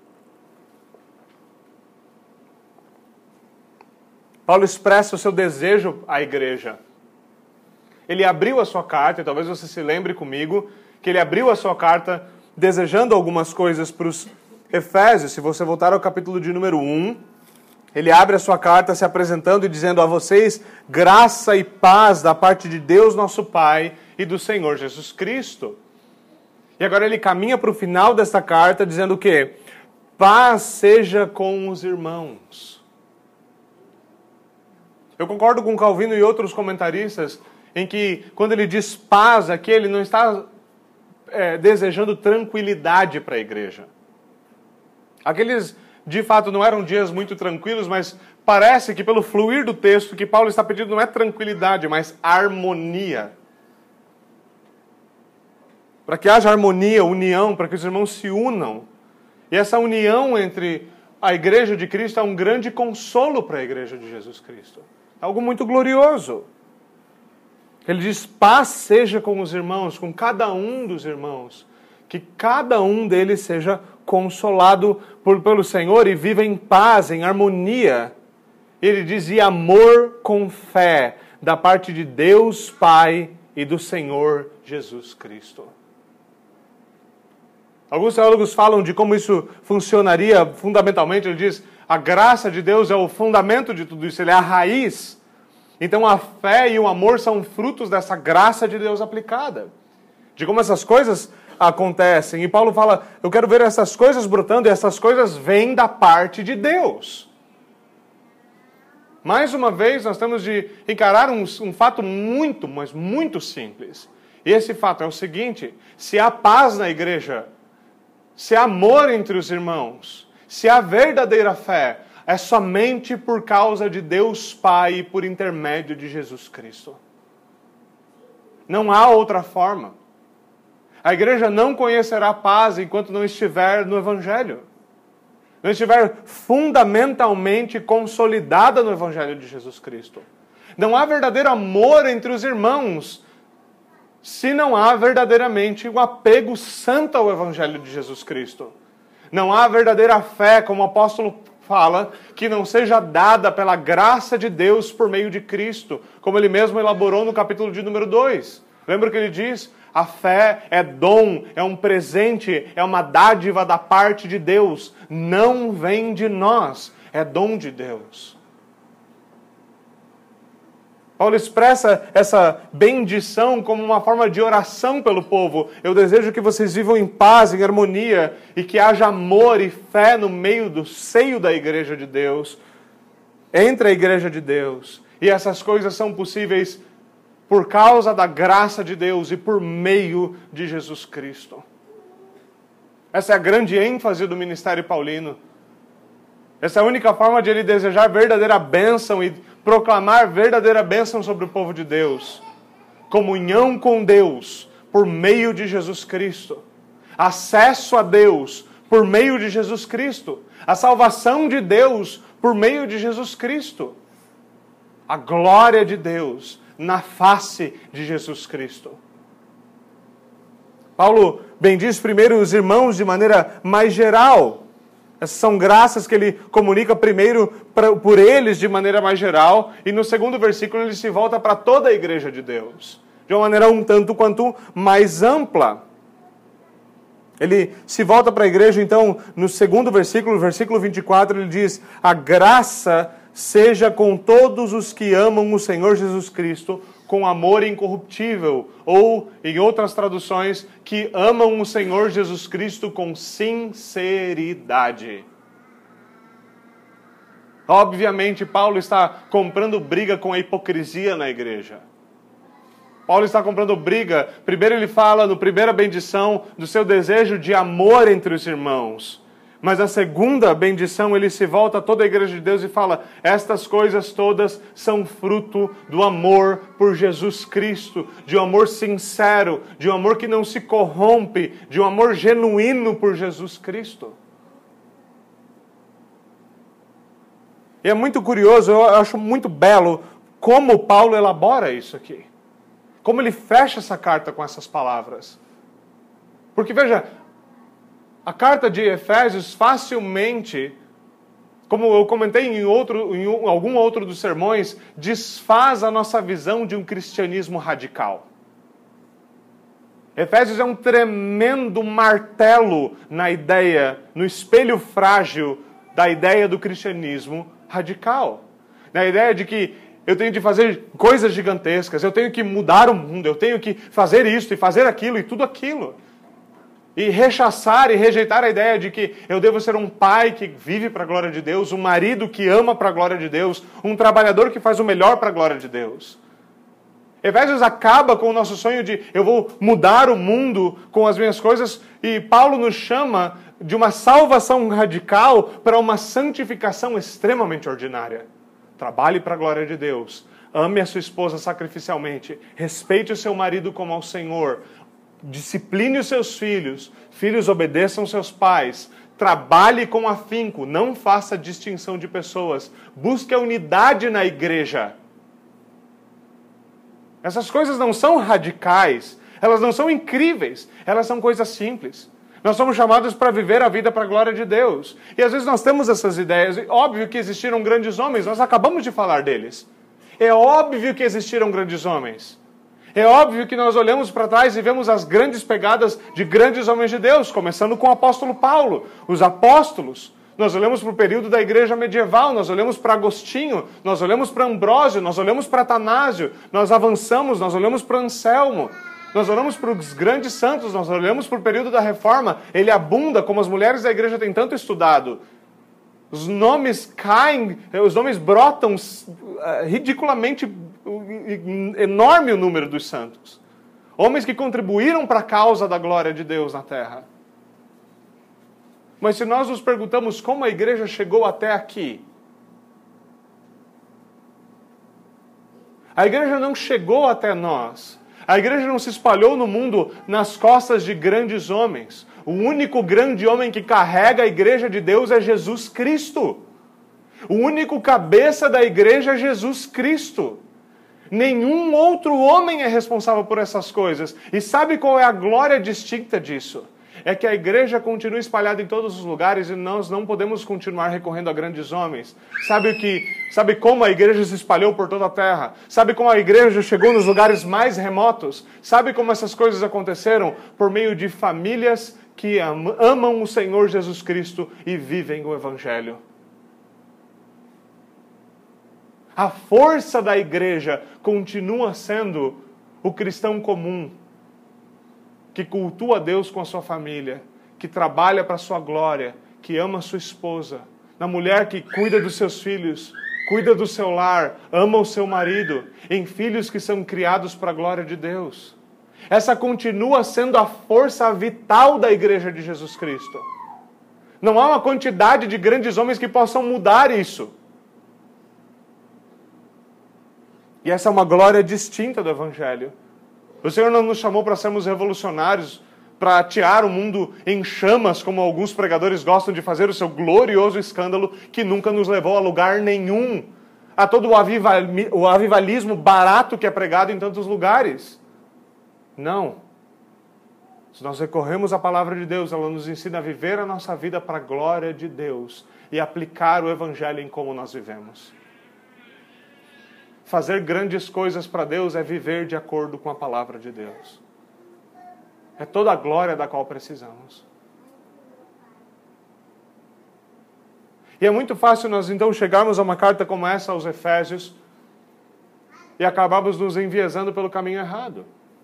Paulo expressa o seu desejo à igreja. Ele abriu a sua carta, e talvez você se lembre comigo, que ele abriu a sua carta desejando algumas coisas para os Efésios. Se você voltar ao capítulo de número um, ele abre a sua carta se apresentando e dizendo a vocês graça e paz da parte de Deus nosso Pai e do Senhor Jesus Cristo. E agora ele caminha para o final desta carta dizendo o quê? Paz seja com os irmãos. Eu concordo com Calvino e outros comentaristas em que, quando ele diz paz aqui, ele não está é, desejando tranquilidade para a igreja. Aqueles, de fato, não eram dias muito tranquilos, mas parece que, pelo fluir do texto, que Paulo está pedindo não é tranquilidade, mas harmonia. Para que haja harmonia, união, para que os irmãos se unam. E essa união entre a igreja de Cristo é um grande consolo para a igreja de Jesus Cristo. Algo muito glorioso. Ele diz, paz seja com os irmãos, com cada um dos irmãos. Que cada um deles seja consolado por, pelo Senhor e viva em paz, em harmonia. Ele diz, e amor com fé, da parte de Deus Pai e do Senhor Jesus Cristo. Alguns teólogos falam de como isso funcionaria fundamentalmente. Ele diz, a graça de Deus é o fundamento de tudo isso, ele é a raiz. Então a fé e o amor são frutos dessa graça de Deus aplicada. De como essas coisas acontecem. E Paulo fala, eu quero ver essas coisas brotando, e essas coisas vêm da parte de Deus. Mais uma vez, nós temos de encarar um, um fato muito, mas muito simples. E esse fato é o seguinte, se há paz na igreja, se há amor entre os irmãos, se há verdadeira fé, é somente por causa de Deus Pai e por intermédio de Jesus Cristo. Não há outra forma. A igreja não conhecerá paz enquanto não estiver no Evangelho. Não estiver fundamentalmente consolidada no Evangelho de Jesus Cristo. Não há verdadeiro amor entre os irmãos se não há verdadeiramente um apego santo ao Evangelho de Jesus Cristo. Não há verdadeira fé, como o apóstolo fala, que não seja dada pela graça de Deus por meio de Cristo, como ele mesmo elaborou no capítulo de número dois. Lembra que ele diz? A fé é dom, é um presente, é uma dádiva da parte de Deus. Não vem de nós, é dom de Deus. Paulo expressa essa bendição como uma forma de oração pelo povo. Eu desejo que vocês vivam em paz, em harmonia, e que haja amor e fé no meio do seio da igreja de Deus, entre a igreja de Deus. E essas coisas são possíveis por causa da graça de Deus e por meio de Jesus Cristo. Essa é a grande ênfase do ministério paulino. Essa é a única forma de ele desejar verdadeira bênção e proclamar verdadeira bênção sobre o povo de Deus. Comunhão com Deus por meio de Jesus Cristo. Acesso a Deus por meio de Jesus Cristo. A salvação de Deus por meio de Jesus Cristo. A glória de Deus na face de Jesus Cristo. Paulo bendiz primeiro os irmãos de maneira mais geral. Essas são graças que ele comunica primeiro pra, por eles de maneira mais geral, e no segundo versículo ele se volta para toda a igreja de Deus, de uma maneira um tanto quanto mais ampla. Ele se volta para a igreja, então, no segundo versículo, versículo vinte e quatro, ele diz, a graça seja com todos os que amam o Senhor Jesus Cristo com amor incorruptível, ou, em outras traduções, que amam o Senhor Jesus Cristo com sinceridade. Obviamente, Paulo está comprando briga com a hipocrisia na igreja. Paulo está comprando briga. Primeiro ele fala, no primeira bendição, do seu desejo de amor entre os irmãos. Mas na segunda bendição ele se volta a toda a igreja de Deus e fala, estas coisas todas são fruto do amor por Jesus Cristo, de um amor sincero, de um amor que não se corrompe, de um amor genuíno por Jesus Cristo. E é muito curioso, eu acho muito belo como Paulo elabora isso aqui. Como ele fecha essa carta com essas palavras. Porque veja, a carta de Efésios facilmente, como eu comentei em, outro, em algum outro dos sermões, desfaz a nossa visão de um cristianismo radical. Efésios é um tremendo martelo na ideia, no espelho frágil da ideia do cristianismo radical. Na ideia de que eu tenho de fazer coisas gigantescas, eu tenho que mudar o mundo, eu tenho que fazer isso e fazer aquilo e tudo aquilo. E rechaçar e rejeitar a ideia de que eu devo ser um pai que vive para a glória de Deus, um marido que ama para a glória de Deus, um trabalhador que faz o melhor para a glória de Deus. Efésios acaba com o nosso sonho de eu vou mudar o mundo com as minhas coisas, e Paulo nos chama de uma salvação radical para uma santificação extremamente ordinária. Trabalhe para a glória de Deus, ame a sua esposa sacrificialmente, respeite o seu marido como ao Senhor, discipline os seus filhos, filhos obedeçam seus pais, trabalhe com afinco, não faça distinção de pessoas, busque a unidade na igreja. Essas coisas não são radicais, elas não são incríveis, elas são coisas simples. Nós somos chamados para viver a vida para a glória de Deus. E às vezes nós temos essas ideias. E óbvio que existiram grandes homens, nós acabamos de falar deles. É óbvio que existiram grandes homens. É óbvio que nós olhamos para trás e vemos as grandes pegadas de grandes homens de Deus, começando com o apóstolo Paulo, os apóstolos. Nós olhamos para o período da igreja medieval, nós olhamos para Agostinho, nós olhamos para Ambrósio, nós olhamos para Atanásio, nós avançamos, nós olhamos para Anselmo, nós olhamos para os grandes santos, nós olhamos para o período da Reforma, ele abunda, como as mulheres da igreja têm tanto estudado. Os nomes caem, os nomes brotam uh, ridiculamente, uh, enorme o número dos santos. Homens que contribuíram para a causa da glória de Deus na terra. Mas se nós nos perguntamos como a igreja chegou até aqui, a igreja não chegou até nós. A igreja não se espalhou no mundo nas costas de grandes homens. O único grande homem que carrega a igreja de Deus é Jesus Cristo. O único cabeça da igreja é Jesus Cristo. Nenhum outro homem é responsável por essas coisas. E sabe qual é a glória distinta disso? É que a igreja continua espalhada em todos os lugares e nós não podemos continuar recorrendo a grandes homens. Sabe o que? Sabe como a igreja se espalhou por toda a terra? Sabe como a igreja chegou nos lugares mais remotos? Sabe como essas coisas aconteceram? Por meio de famílias que amam o Senhor Jesus Cristo e vivem o Evangelho. A força da igreja continua sendo o cristão comum, que cultua a Deus com a sua família, que trabalha para a sua glória, que ama a sua esposa, na mulher que cuida dos seus filhos, cuida do seu lar, ama o seu marido, em filhos que são criados para a glória de Deus. Essa continua sendo a força vital da igreja de Jesus Cristo. Não há uma quantidade de grandes homens que possam mudar isso. E essa é uma glória distinta do Evangelho. O Senhor não nos chamou para sermos revolucionários, para atear o mundo em chamas, como alguns pregadores gostam de fazer o seu glorioso escândalo, que nunca nos levou a lugar nenhum. A todo o, avival, o avivalismo barato que é pregado em tantos lugares. Não. Se nós recorremos à palavra de Deus, ela nos ensina a viver a nossa vida para a glória de Deus e aplicar o Evangelho em como nós vivemos. Fazer grandes coisas para Deus é viver de acordo com a palavra de Deus. É toda a glória da qual precisamos. E é muito fácil nós então chegarmos a uma carta como essa aos Efésios e acabarmos nos enviesando pelo caminho errado.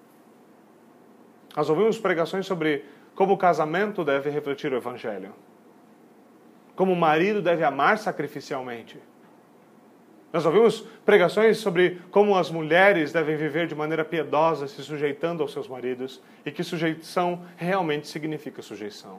Nós ouvimos pregações sobre como o casamento deve refletir o Evangelho. Como o marido deve amar sacrificialmente. Nós ouvimos pregações sobre como as mulheres devem viver de maneira piedosa, se sujeitando aos seus maridos, e que sujeição realmente significa sujeição.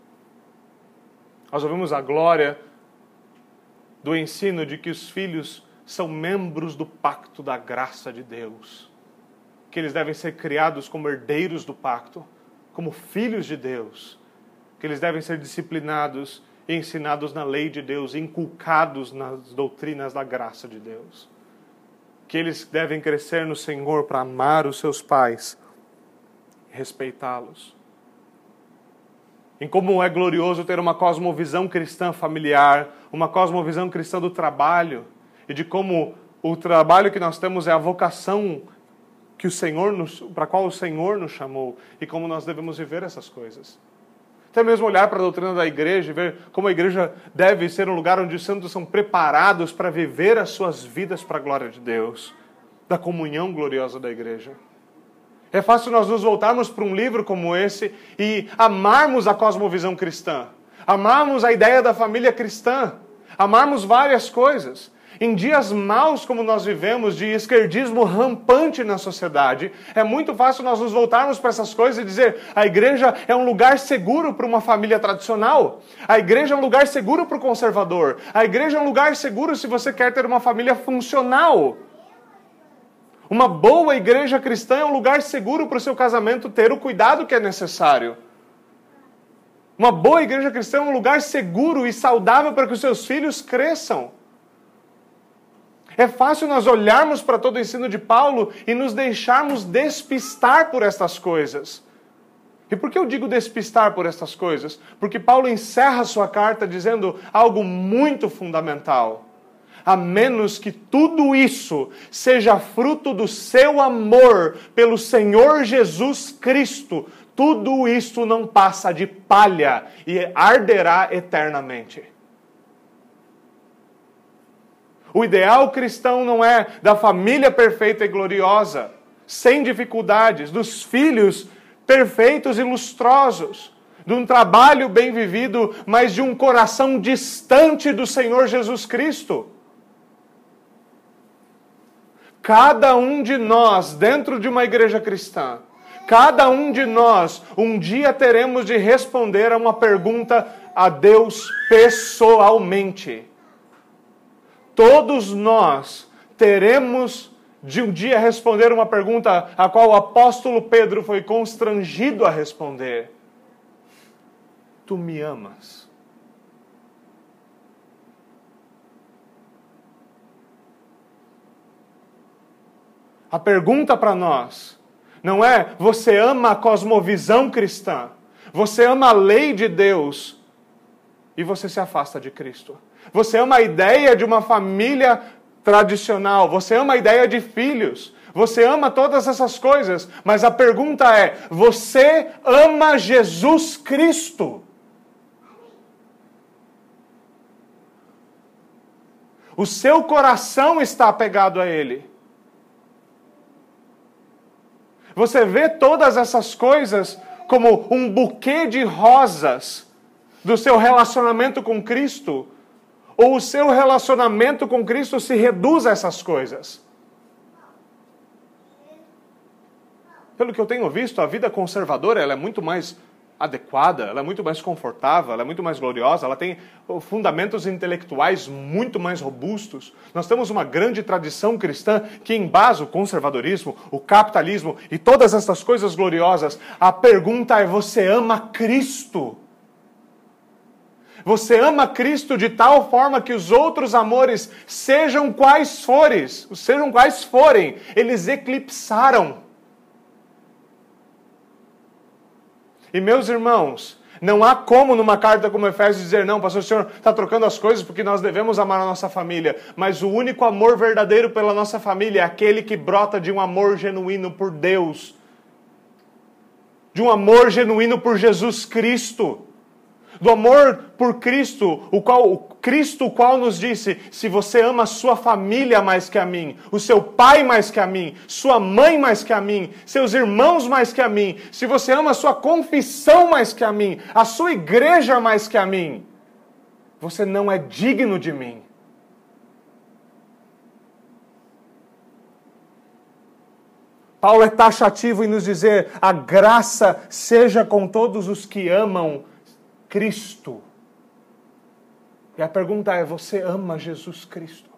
Nós ouvimos a glória do ensino de que os filhos são membros do pacto da graça de Deus, que eles devem ser criados como herdeiros do pacto, como filhos de Deus, que eles devem ser disciplinados ensinados na lei de Deus, inculcados nas doutrinas da graça de Deus. que eles devem crescer no Senhor para amar os seus pais, respeitá-los. Em como é glorioso ter uma cosmovisão cristã familiar, uma cosmovisão cristã do trabalho, e de como o trabalho que nós temos é a vocação que o Senhor nos, para a qual o Senhor nos chamou, e como nós devemos viver essas coisas. Até mesmo olhar para a doutrina da igreja e ver como a igreja deve ser um lugar onde os santos são preparados para viver as suas vidas para a glória de Deus, da comunhão gloriosa da igreja. É fácil nós nos voltarmos para um livro como esse e amarmos a cosmovisão cristã, amarmos a ideia da família cristã, amarmos várias coisas. Em dias maus como nós vivemos, de esquerdismo rampante na sociedade, é muito fácil nós nos voltarmos para essas coisas e dizer: a igreja é um lugar seguro para uma família tradicional, a igreja é um lugar seguro para o conservador, a igreja é um lugar seguro se você quer ter uma família funcional. Uma boa igreja cristã é um lugar seguro para o seu casamento ter o cuidado que é necessário. Uma boa igreja cristã é um lugar seguro e saudável para que os seus filhos cresçam. É fácil nós olharmos para todo o ensino de Paulo e nos deixarmos despistar por estas coisas. E por que eu digo despistar por estas coisas? Porque Paulo encerra sua carta dizendo algo muito fundamental. A menos que tudo isso seja fruto do seu amor pelo Senhor Jesus Cristo, tudo isso não passa de palha e arderá eternamente. O ideal cristão não é da família perfeita e gloriosa, sem dificuldades, dos filhos perfeitos e lustrosos, de um trabalho bem vivido, mas de um coração distante do Senhor Jesus Cristo. Cada um de nós, dentro de uma igreja cristã, cada um de nós, um dia teremos de responder a uma pergunta a Deus pessoalmente. Todos nós teremos de um dia responder uma pergunta a qual o apóstolo Pedro foi constrangido a responder. Tu me amas? A pergunta para nós não é: você ama a cosmovisão cristã, você ama a lei de Deus e você se afasta de Cristo. Você ama a ideia de uma família tradicional, você ama a ideia de filhos, você ama todas essas coisas, mas a pergunta é: você ama Jesus Cristo? O seu coração está apegado a Ele. Você vê todas essas coisas como um buquê de rosas do seu relacionamento com Cristo? Ou o seu relacionamento com Cristo se reduz a essas coisas? Pelo que eu tenho visto, a vida conservadora ela é muito mais adequada, ela é muito mais confortável, ela é muito mais gloriosa, ela tem fundamentos intelectuais muito mais robustos. Nós temos uma grande tradição cristã que embasa o conservadorismo, o capitalismo e todas essas coisas gloriosas. A pergunta é: você ama Cristo? Você ama Cristo de tal forma que os outros amores, sejam quais forem, sejam quais forem, eles eclipsaram. E meus irmãos, não há como numa carta como Efésios dizer: não, pastor, o senhor está trocando as coisas porque nós devemos amar a nossa família. Mas o único amor verdadeiro pela nossa família é aquele que brota de um amor genuíno por Deus. De um amor genuíno por Jesus Cristo. Do amor por Cristo, o qual, o Cristo o qual nos disse: se você ama a sua família mais que a mim, o seu pai mais que a mim, sua mãe mais que a mim, seus irmãos mais que a mim, se você ama a sua confissão mais que a mim, a sua igreja mais que a mim, você não é digno de mim. Paulo é taxativo em nos dizer: a graça seja com todos os que amam Cristo. E a pergunta é: você ama Jesus Cristo?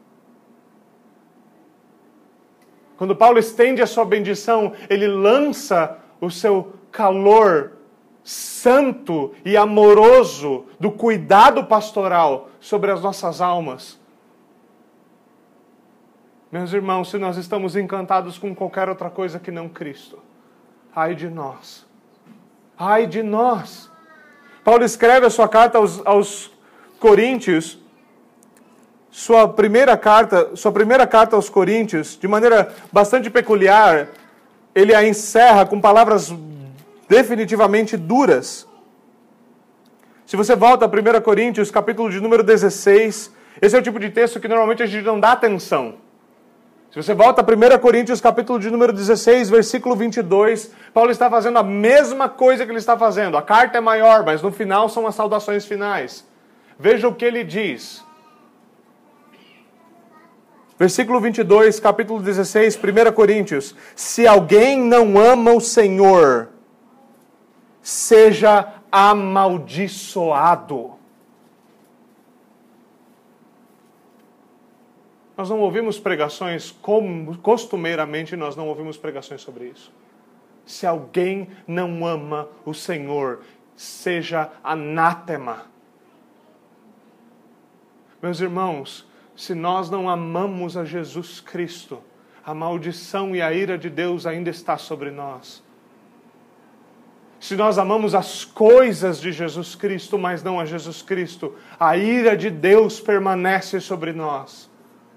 Quando Paulo estende a sua bendição, ele lança o seu calor santo e amoroso do cuidado pastoral sobre as nossas almas. Meus irmãos, se nós estamos encantados com qualquer outra coisa que não Cristo, ai de nós. Ai de nós. Paulo escreve a sua carta aos, aos Coríntios, sua primeira carta, sua primeira carta aos Coríntios, de maneira bastante peculiar, ele a encerra com palavras definitivamente duras. Se você volta a primeira Coríntios, capítulo de número dezesseis, esse é o tipo de texto que normalmente a gente não dá atenção. Se você volta a primeira Coríntios, capítulo de número dezesseis, versículo vinte e dois, Paulo está fazendo a mesma coisa que ele está fazendo. A carta é maior, mas no final são as saudações finais. Veja o que ele diz. Versículo vinte e dois, capítulo dezesseis, primeira Coríntios. Se alguém não ama o Senhor, seja amaldiçoado. Nós não ouvimos pregações, como costumeiramente nós não ouvimos pregações sobre isso. Se alguém não ama o Senhor, seja anátema. Meus irmãos, se nós não amamos a Jesus Cristo, a maldição e a ira de Deus ainda está sobre nós. Se nós amamos as coisas de Jesus Cristo, mas não a Jesus Cristo, a ira de Deus permanece sobre nós.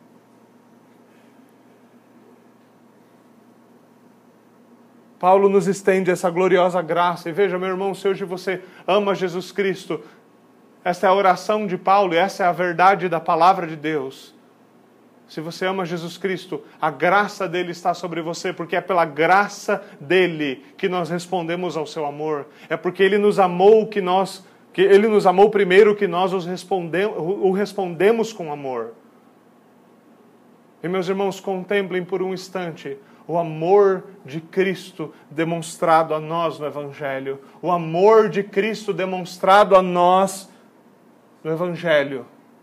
Paulo nos estende essa gloriosa graça. E veja, meu irmão, se hoje você ama Jesus Cristo, essa é a oração de Paulo e essa é a verdade da palavra de Deus. Se você ama Jesus Cristo, a graça dele está sobre você, porque é pela graça dele que nós respondemos ao seu amor. É porque ele nos amou que nós, que ele nos amou primeiro que nós os respondemos, o respondemos com amor. E meus irmãos, contemplem por um instante o amor de Cristo demonstrado a nós no Evangelho. O amor de Cristo demonstrado a nós no Evangelho.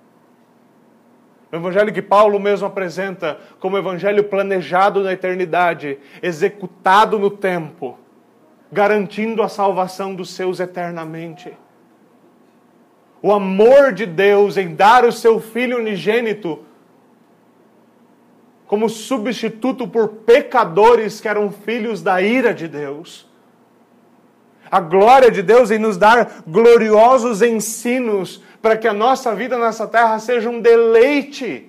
O Evangelho que Paulo mesmo apresenta como Evangelho planejado na eternidade, executado no tempo, garantindo a salvação dos seus eternamente. O amor de Deus em dar o seu Filho unigênito como substituto por pecadores que eram filhos da ira de Deus. A glória de Deus em nos dar gloriosos ensinos para que a nossa vida nessa terra seja um deleite.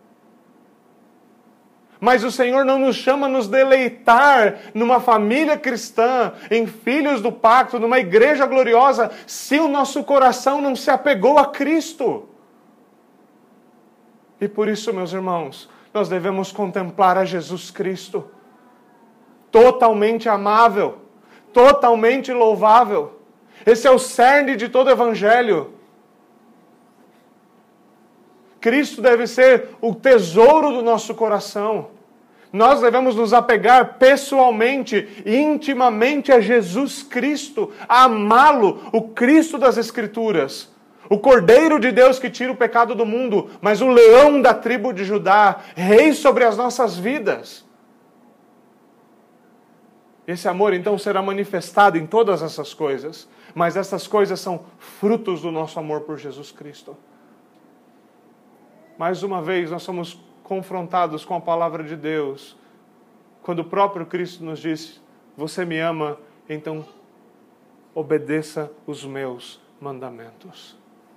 Mas o Senhor não nos chama a nos deleitar numa família cristã, em filhos do pacto, numa igreja gloriosa, se o nosso coração não se apegou a Cristo. E por isso, meus irmãos, nós devemos contemplar a Jesus Cristo, totalmente amável, totalmente louvável. Esse é o cerne de todo o Evangelho. Cristo deve ser o tesouro do nosso coração. Nós devemos nos apegar pessoalmente, intimamente a Jesus Cristo, a amá-lo, o Cristo das Escrituras. O Cordeiro de Deus que tira o pecado do mundo, mas o leão da tribo de Judá, rei sobre as nossas vidas. Esse amor então será manifestado em todas essas coisas, mas essas coisas são frutos do nosso amor por Jesus Cristo. Mais uma vez nós somos confrontados com a palavra de Deus, quando o próprio Cristo nos diz: você me ama, então obedeça os meus mandamentos.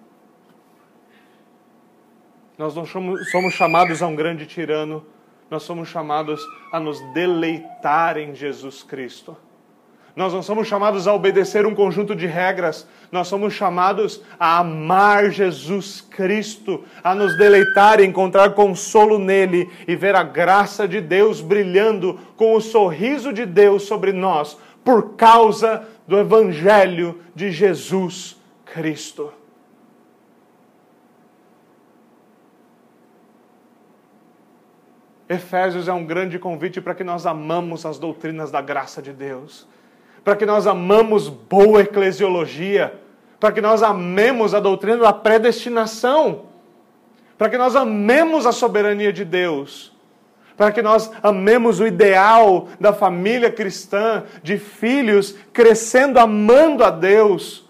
Nós não somos, somos chamados a um grande tirano, nós somos chamados a nos deleitar em Jesus Cristo. Nós não somos chamados a obedecer um conjunto de regras, nós somos chamados a amar Jesus Cristo, a nos deleitar e encontrar consolo nele e ver a graça de Deus brilhando com o sorriso de Deus sobre nós, por causa do Evangelho de Jesus Cristo. Efésios é um grande convite para que nós amamos as doutrinas da graça de Deus, para que nós amamos boa eclesiologia, para que nós amemos a doutrina da predestinação, para que nós amemos a soberania de Deus, para que nós amemos o ideal da família cristã, de filhos crescendo amando a Deus,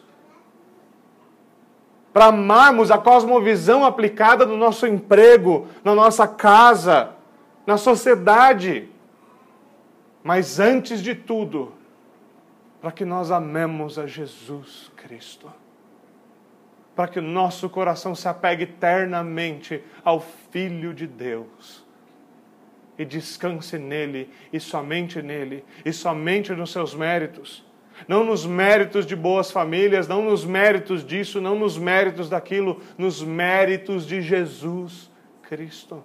para amarmos a cosmovisão aplicada no nosso emprego, na nossa casa, na sociedade, mas antes de tudo, para que nós amemos a Jesus Cristo. Para que o nosso coração se apegue eternamente ao Filho de Deus. E descanse nele, e somente nele, e somente nos seus méritos. Não nos méritos de boas famílias, não nos méritos disso, não nos méritos daquilo, nos méritos de Jesus Cristo.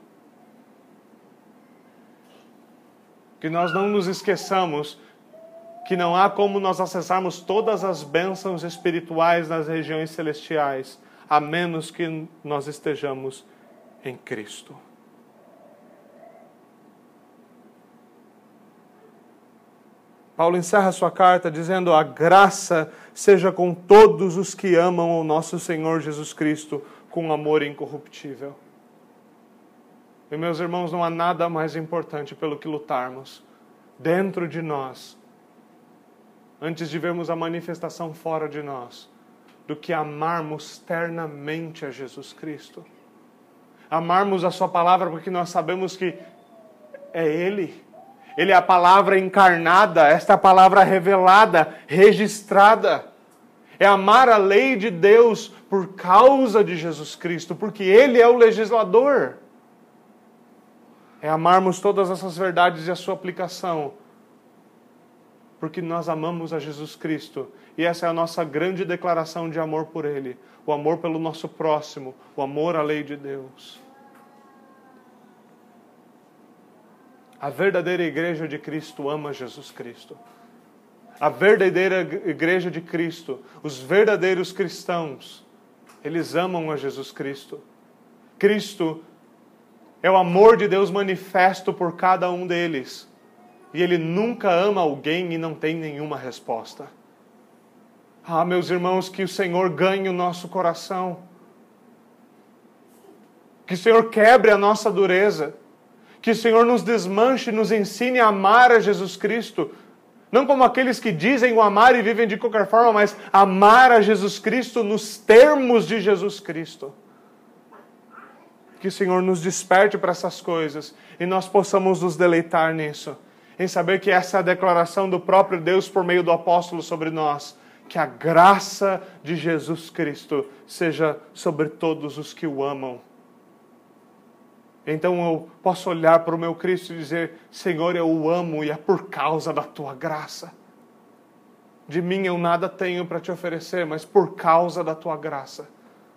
Que nós não nos esqueçamos que não há como nós acessarmos todas as bênçãos espirituais nas regiões celestiais, a menos que nós estejamos em Cristo. Paulo encerra sua carta dizendo: a graça seja com todos os que amam o nosso Senhor Jesus Cristo com amor incorruptível. E, meus irmãos, não há nada mais importante pelo que lutarmos dentro de nós, antes de vermos a manifestação fora de nós, do que amarmos ternamente a Jesus Cristo. Amarmos a sua palavra porque nós sabemos que é Ele. Ele é a palavra encarnada, esta é a palavra revelada, registrada. É amar a lei de Deus por causa de Jesus Cristo, porque Ele é o legislador. É amarmos todas essas verdades e a sua aplicação, porque nós amamos a Jesus Cristo. E essa é a nossa grande declaração de amor por Ele. O amor pelo nosso próximo, o amor à lei de Deus. A verdadeira igreja de Cristo ama Jesus Cristo. A verdadeira igreja de Cristo, os verdadeiros cristãos, eles amam a Jesus Cristo. Cristo é o amor de Deus manifesto por cada um deles. E Ele nunca ama alguém e não tem nenhuma resposta. Ah, meus irmãos, que o Senhor ganhe o nosso coração. Que o Senhor quebre a nossa dureza. Que o Senhor nos desmanche e nos ensine a amar a Jesus Cristo. Não como aqueles que dizem o amar e vivem de qualquer forma, mas amar a Jesus Cristo nos termos de Jesus Cristo. Que o Senhor nos desperte para essas coisas e nós possamos nos deleitar nisso. Em saber que essa é a declaração do próprio Deus por meio do apóstolo sobre nós. Que a graça de Jesus Cristo seja sobre todos os que o amam. Então eu posso olhar para o meu Cristo e dizer: Senhor, eu o amo e é por causa da Tua graça. De mim eu nada tenho para te oferecer, mas por causa da Tua graça.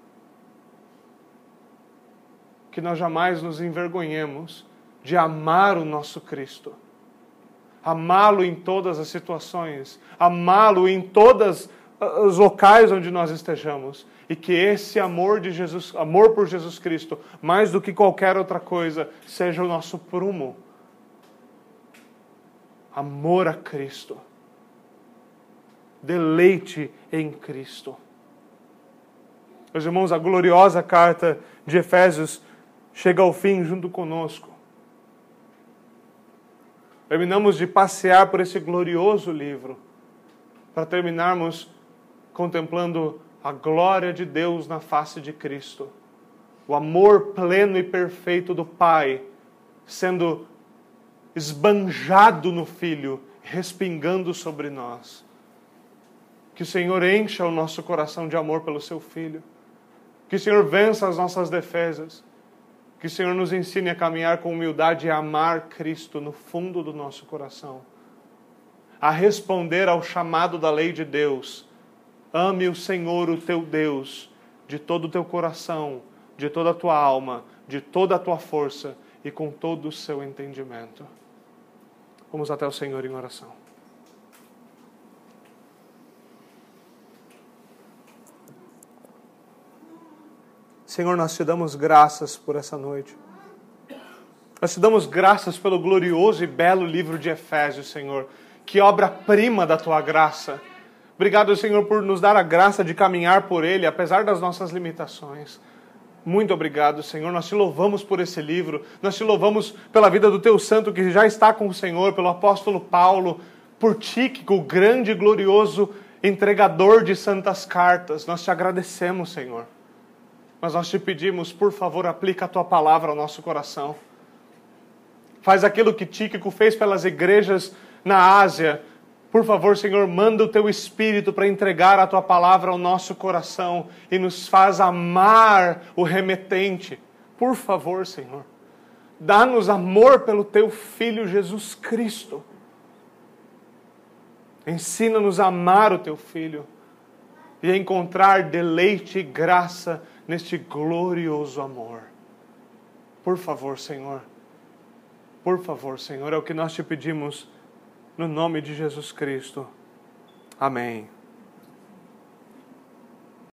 Que nós jamais nos envergonhemos de amar o nosso Cristo. Amá-lo em todas as situações. Amá-lo em todos os locais onde nós estejamos. E que esse amor de Jesus, amor por Jesus Cristo, mais do que qualquer outra coisa, seja o nosso prumo. Amor a Cristo. Deleite em Cristo. Meus irmãos, a gloriosa carta de Efésios chega ao fim junto conosco. Terminamos de passear por esse glorioso livro, para terminarmos contemplando a glória de Deus na face de Cristo. O amor pleno e perfeito do Pai sendo esbanjado no Filho, respingando sobre nós. Que o Senhor encha o nosso coração de amor pelo Seu Filho. Que o Senhor vença as nossas defesas. Que o Senhor nos ensine a caminhar com humildade e a amar Cristo no fundo do nosso coração. A responder ao chamado da lei de Deus. Ame o Senhor, o teu Deus, de todo o teu coração, de toda a tua alma, de toda a tua força e com todo o seu entendimento. Vamos até o Senhor em oração. Senhor, nós te damos graças por essa noite. Nós te damos graças pelo glorioso e belo livro de Efésios, Senhor. Que obra-prima da tua graça. Obrigado, Senhor, por nos dar a graça de caminhar por ele, apesar das nossas limitações. Muito obrigado, Senhor. Nós te louvamos por esse livro. Nós te louvamos pela vida do teu santo que já está com o Senhor, pelo apóstolo Paulo, por Tíquico, o grande e glorioso entregador de santas cartas. Nós te agradecemos, Senhor. Mas nós te pedimos, por favor, aplica a tua palavra ao nosso coração. Faz aquilo que Tíquico fez pelas igrejas na Ásia. Por favor, Senhor, manda o Teu Espírito para entregar a Tua palavra ao nosso coração e nos faz amar o remetente. Por favor, Senhor, dá-nos amor pelo Teu Filho Jesus Cristo. Ensina-nos a amar o Teu Filho e a encontrar deleite e graça neste glorioso amor. Por favor, Senhor. Por favor, Senhor, é o que nós te pedimos no nome de Jesus Cristo. Amém.